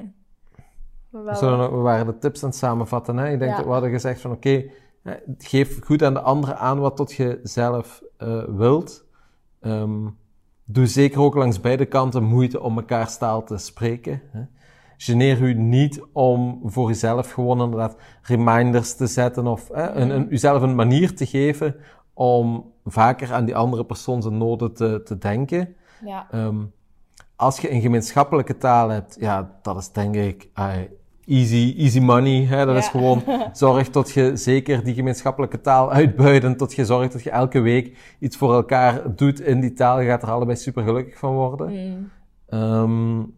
We, Zullen, we waren de tips aan het samenvatten. Hè? Ik denk ja. dat we hadden gezegd van oké, okay, geef goed aan de anderen aan wat tot je zelf uh, wilt. Um, doe zeker ook langs beide kanten moeite om mekaars taal te spreken. Hè? Geneer u niet om voor jezelf gewoon inderdaad reminders te zetten of hè, een, een, uzelf een manier te geven om vaker aan die andere persoon zijn noden te, te denken. Ja. Um, als je een gemeenschappelijke taal hebt, ja, dat is denk ik... Uh, Easy, easy money, hè? Dat ja. is gewoon, zorg dat je zeker die gemeenschappelijke taal uitbuit en tot je zorgt dat je elke week iets voor elkaar doet in die taal. Je gaat er allebei super gelukkig van worden. Mm. Um,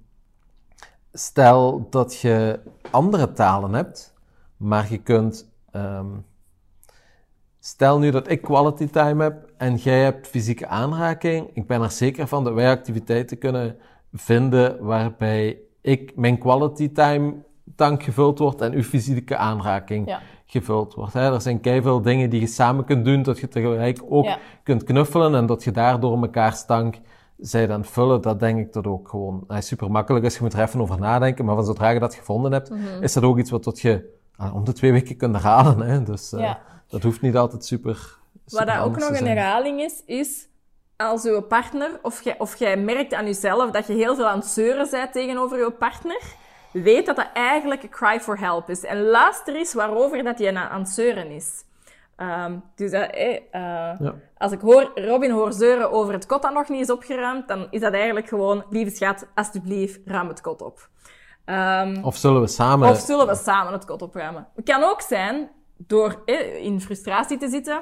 stel dat je andere talen hebt, maar je kunt um, stel nu dat ik quality time heb en jij hebt fysieke aanraking. Ik ben er zeker van dat wij activiteiten kunnen vinden waarbij ik, mijn quality time tank gevuld wordt en uw fysieke aanraking ja. gevuld wordt. Hè. Er zijn keiveel dingen die je samen kunt doen, dat je tegelijk ook ja. kunt knuffelen en dat je daardoor mekaars tank zij dan vullen. Dat denk ik dat ook gewoon uh, super makkelijk is. Je moet er even over nadenken, maar van zodra je dat gevonden hebt, mm-hmm. is dat ook iets wat tot je uh, om de twee weken kunt herhalen. Hè. Dus uh, ja. dat hoeft niet altijd super, super Wat dat ook nog een herhaling is, is als uw partner, of jij, of jij merkt aan jezelf dat je heel veel aan het zeuren bent tegenover je partner, weet dat dat eigenlijk een cry for help is. En luister eens waarover dat je aan het zeuren is. Um, dus dat, eh, uh, ja. als ik hoor, Robin hoor zeuren over het kot dat nog niet is opgeruimd, dan is dat eigenlijk gewoon, lieve schat, alsjeblieft, ruim het kot op. Um, of zullen we samen... Of zullen we samen het kot opruimen. Het kan ook zijn, door eh, in frustratie te zitten,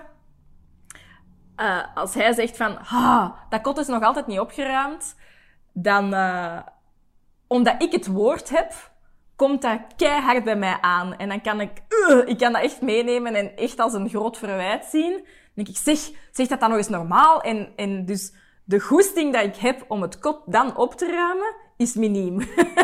uh, als hij zegt van, ah, dat kot is nog altijd niet opgeruimd, dan... Uh, omdat ik het woord heb, komt dat keihard bij mij aan. En dan kan ik, uh, ik kan dat echt meenemen en echt als een groot verwijt zien. Dan denk ik, zeg, zeg dat dan nog eens normaal. En, en dus de goesting dat ik heb om het kot dan op te ruimen, is miniem.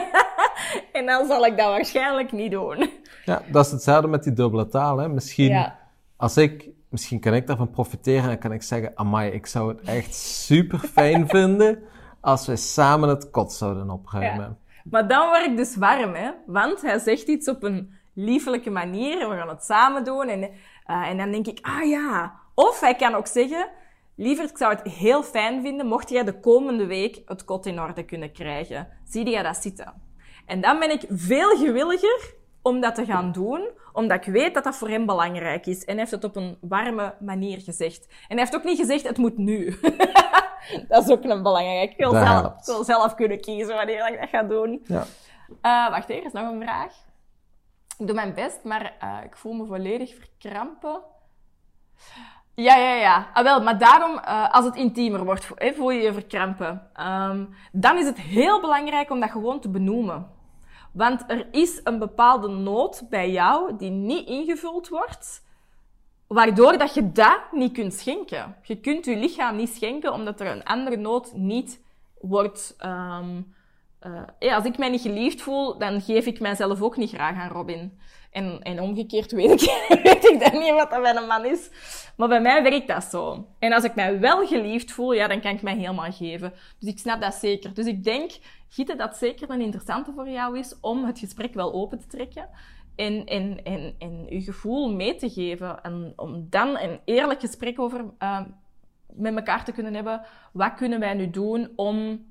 En dan zal ik dat waarschijnlijk niet doen. Ja, dat is hetzelfde met die dubbele taal, hè. Misschien, ja. als ik, misschien kan ik daarvan profiteren en kan ik zeggen, amai, ik zou het echt super fijn vinden als wij samen het kot zouden opruimen. Ja. Maar dan word ik dus warm, hè. Want hij zegt iets op een liefelijke manier en we gaan het samen doen. En, uh, en dan denk ik, ah ja. Of hij kan ook zeggen, lieverd, ik zou het heel fijn vinden mocht jij de komende week het kot in orde kunnen krijgen. Zie jij dat zitten? En dan ben ik veel gewilliger om dat te gaan doen, omdat ik weet dat dat voor hem belangrijk is. En hij heeft het op een warme manier gezegd. En hij heeft ook niet gezegd, het moet nu. Dat is ook een belangrijk. Ik wil, zelf, ik wil zelf kunnen kiezen wanneer ik dat ga doen. Ja. Uh, wacht, er is nog een vraag. Ik doe mijn best, maar uh, ik voel me volledig verkrampen. Ja, ja, ja. Ah, wel, maar daarom, uh, als het intiemer wordt, eh, voel je je verkrampen. Um, dan is het heel belangrijk om dat gewoon te benoemen. Want er is een bepaalde nood bij jou die niet ingevuld wordt, waardoor dat je dat niet kunt schenken. Je kunt je lichaam niet schenken, omdat er een andere nood niet wordt... Um, uh, ja, als ik mij niet geliefd voel, dan geef ik mijzelf ook niet graag aan Robin. En, en omgekeerd weet ik, weet ik dan niet wat dat bij een man is. Maar bij mij werkt dat zo. En als ik mij wel geliefd voel, ja, dan kan ik mij helemaal geven. Dus ik snap dat zeker. Dus ik denk, Gitte, dat zeker een interessante voor jou is om het gesprek wel open te trekken. En, en, en, en je gevoel mee te geven. En om dan een eerlijk gesprek over uh, met elkaar te kunnen hebben. Wat kunnen wij nu doen om,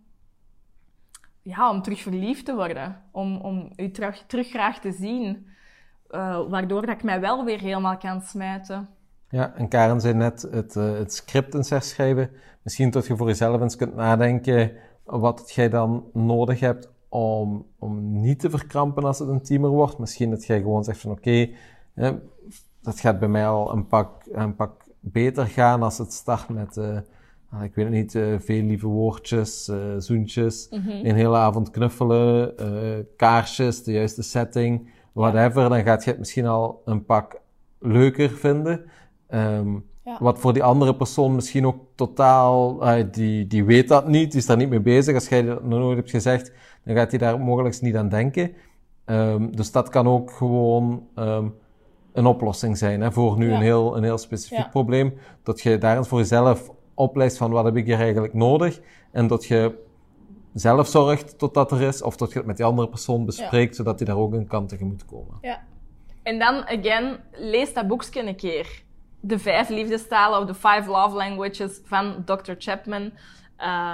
ja, om terug verliefd te worden? Om, om u terug, terug graag te zien. Uh, waardoor dat ik mij wel weer helemaal kan smijten. Ja, en Karen zei net het, uh, het script eens herschrijven. Misschien dat je voor jezelf eens kunt nadenken wat jij dan nodig hebt om, om niet te verkrampen als het intiemer wordt. Misschien dat jij gewoon zegt van oké, okay, dat gaat bij mij al een pak, een pak beter gaan als het start met, uh, ik weet het niet, uh, veel lieve woordjes, uh, zoentjes, mm-hmm. een hele avond knuffelen, uh, kaarsjes, de juiste setting, whatever. Ja. Dan gaat je het misschien al een pak leuker vinden. Um, ja. Wat voor die andere persoon misschien ook totaal, uh, die, die weet dat niet, die is daar niet mee bezig. Als jij dat nog nooit hebt gezegd, dan gaat hij daar mogelijk niet aan denken. Um, dus dat kan ook gewoon um, een oplossing zijn, hè, voor nu ja. een, heel, een heel specifiek ja. probleem. Dat je daar eens voor jezelf oplijst van wat heb ik hier eigenlijk nodig. En dat je zelf zorgt tot dat er is, of dat je het met die andere persoon bespreekt, ja. zodat hij daar ook een kant tegemoet komen. Ja. En dan, again, lees dat boekje een keer. De vijf liefdestalen of de five love languages van dokter Chapman. Uh,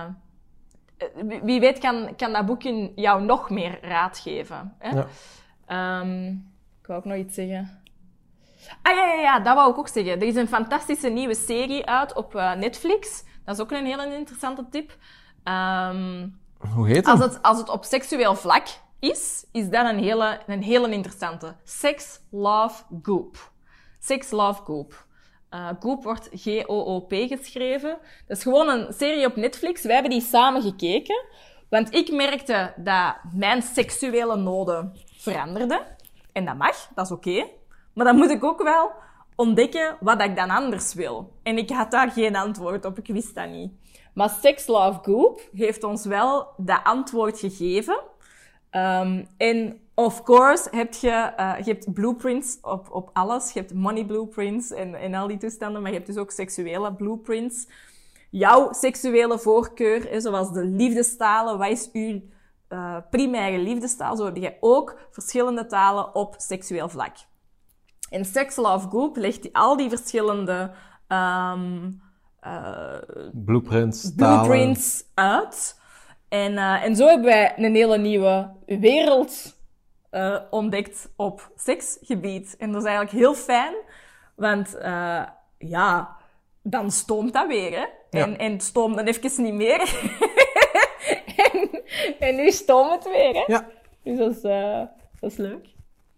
wie weet kan, kan dat boekje jou nog meer raad geven. Hè? Ja. Um, ik wou ook nog iets zeggen. Ah ja, ja, ja, dat wou ik ook zeggen. Er is een fantastische nieuwe serie uit op uh, Netflix. Dat is ook een hele interessante tip. Um, Hoe heet het? Als het, als het op seksueel vlak is, is dat een hele, een hele interessante. Sex, Love, Goop. Sex, Love, Goop. Uh, Goop wordt G O O P geschreven. Dat is gewoon een serie op Netflix. Wij hebben die samen gekeken. Want ik merkte dat mijn seksuele noden veranderden. En dat mag, dat is oké. Okay. Maar dan moet ik ook wel ontdekken wat ik dan anders wil. En ik had daar geen antwoord op, ik wist dat niet. Maar Sex Love Goop heeft ons wel dat antwoord gegeven. Um, en of course heb je, uh, je hebt blueprints op, op alles. Je hebt money blueprints en, en al die toestanden, maar je hebt dus ook seksuele blueprints. Jouw seksuele voorkeur, hè, zoals de liefdestalen, wat is uw uh, primaire liefdestaal? Zo heb je ook verschillende talen op seksueel vlak. En Sex Love Goop legt die, al die verschillende um, uh, blueprints, blueprints uit. En, uh, en zo hebben wij een hele nieuwe wereld uh, ontdekt op seksgebied. En dat is eigenlijk heel fijn, want uh, ja, dan stoomt dat weer, hè. Ja. En, en het stoomt dan even niet meer. en, en nu stoomt het weer, hè. Ja. Dus dat is, uh, dat is leuk.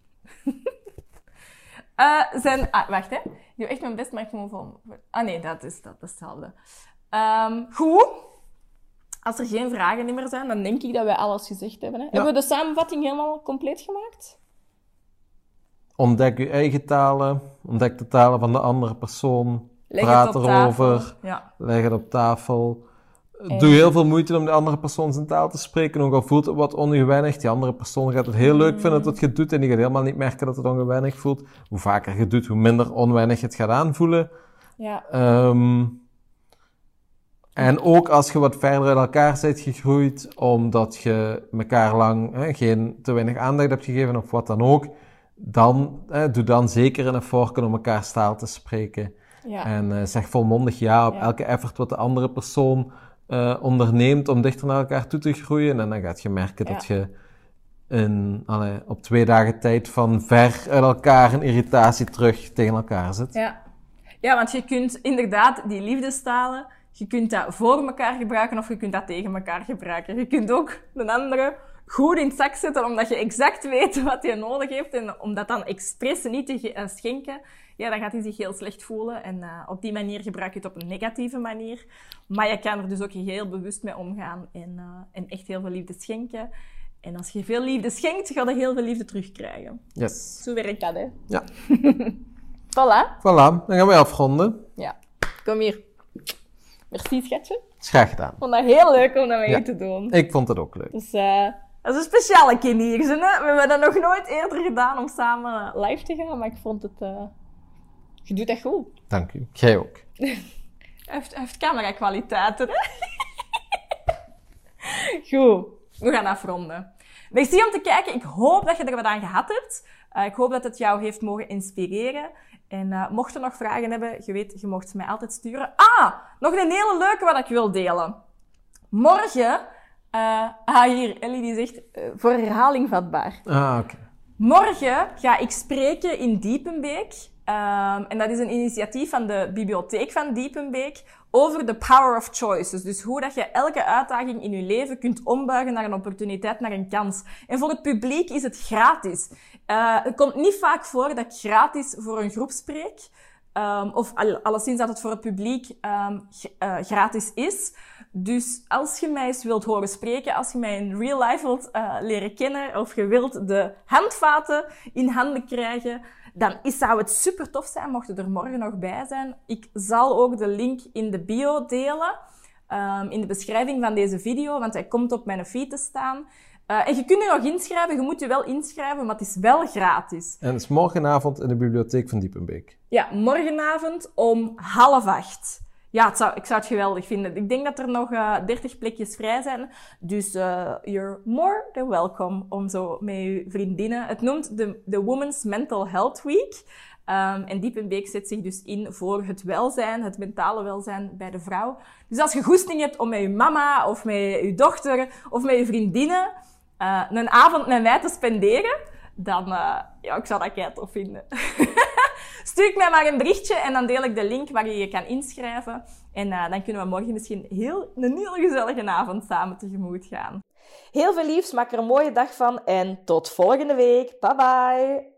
uh, zijn... Ah, wacht, hè. Ik doe echt mijn best, maar ik moet van... Ah nee, dat is, dat is hetzelfde. Um, goed. Als er geen vragen meer zijn, dan denk ik dat wij alles gezegd hebben. Hè. Ja. Hebben we de samenvatting helemaal compleet gemaakt? Ontdek je eigen talen. Ontdek de talen van de andere persoon. Leg Praat het erover. Ja. Leg het op tafel. En... Doe heel veel moeite om de andere persoon zijn taal te spreken. Ook al voelt het wat ongewennig. Die andere persoon gaat het heel leuk mm. vinden dat je het doet. En die gaat helemaal niet merken dat het ongewennig voelt. Hoe vaker je het doet, hoe minder onwennig het gaat aanvoelen. Ja. Um, En ook als je wat verder uit elkaar bent gegroeid, omdat je elkaar lang hè, geen te weinig aandacht hebt gegeven of wat dan ook, dan hè, doe dan zeker een effort om elkaars taal te spreken. Ja. En uh, zeg volmondig ja op ja. elke effort wat de andere persoon uh, onderneemt om dichter naar elkaar toe te groeien. En dan gaat je merken ja. dat je in, allee, op twee dagen tijd van ver uit elkaar een irritatie terug tegen elkaar zit. Ja. Ja, want je kunt inderdaad die liefdestalen... Je kunt dat voor elkaar gebruiken of je kunt dat tegen elkaar gebruiken. Je kunt ook de andere goed in het zak zetten, omdat je exact weet wat hij nodig heeft. En om dat dan expres niet te uh, schenken, ja, dan gaat hij zich heel slecht voelen. En uh, op die manier gebruik je het op een negatieve manier. Maar je kan er dus ook heel bewust mee omgaan en, uh, en echt heel veel liefde schenken. En als je veel liefde schenkt, ga je heel veel liefde terugkrijgen. Yes. Zo werkt dat, hè? Ja. Voilà. Voilà, dan gaan we afronden. Ja. Kom hier. Merci, schatje. Is graag gedaan. Ik vond dat heel leuk om dat mee ja, te doen. Ik vond het ook leuk. Dus, uh, dat is een speciale keer hier. Hè? We hebben dat nog nooit eerder gedaan om samen live te gaan, maar ik vond het... Uh... Je doet dat goed. Dank u. Jij ook. Hij heeft, heeft camera-kwaliteiten, hè? Goed. We gaan afronden. Merci om te kijken. Ik hoop dat je er wat aan gehad hebt. Uh, ik hoop dat het jou heeft mogen inspireren. En uh, mocht je nog vragen hebben, je weet, je mocht ze mij altijd sturen. Ah, nog een hele leuke wat ik wil delen. Morgen, uh, ah hier, Ellie die zegt, uh, voor herhaling vatbaar. Ah, oké. Okay. Morgen ga ik spreken in Diepenbeek. Um, en dat is een initiatief van de bibliotheek van Diepenbeek over the power of choices. Dus hoe dat je elke uitdaging in je leven kunt ombuigen naar een opportuniteit, naar een kans. En voor het publiek is het gratis. Uh, het komt niet vaak voor dat ik gratis voor een groep spreek. Um, of all, alleszins dat het voor het publiek um, g- uh, gratis is. Dus als je mij eens wilt horen spreken, als je mij in real life wilt uh, leren kennen, of je wilt de handvaten in handen krijgen, dan is, zou het super tof zijn mocht je er morgen nog bij zijn. Ik zal ook de link in de bio delen, um, in de beschrijving van deze video, want hij komt op mijn feed te staan. Uh, en je kunt je nog inschrijven, je moet je wel inschrijven, maar het is wel gratis. En het is morgenavond in de bibliotheek van Diepenbeek. Ja, morgenavond om half acht. Ja, het zou, ik zou het geweldig vinden. Ik denk dat er nog uh, dertig plekjes vrij zijn. Dus uh, you're more than welcome om zo met je vriendinnen... Het noemt de, de Women's Mental Health Week. Um, en Diepenbeek zet zich dus in voor het welzijn, het mentale welzijn bij de vrouw. Dus als je goesting hebt om met je mama of met je dochter of met je vriendinnen uh, een avond met mij te spenderen, dan uh, ja, ik zou dat kei tof vinden. Stuur ik mij maar een berichtje en dan deel ik de link waar je je kan inschrijven. En uh, dan kunnen we morgen misschien heel, een heel gezellige avond samen tegemoet gaan. Heel veel liefs, maak er een mooie dag van en tot volgende week. Bye bye!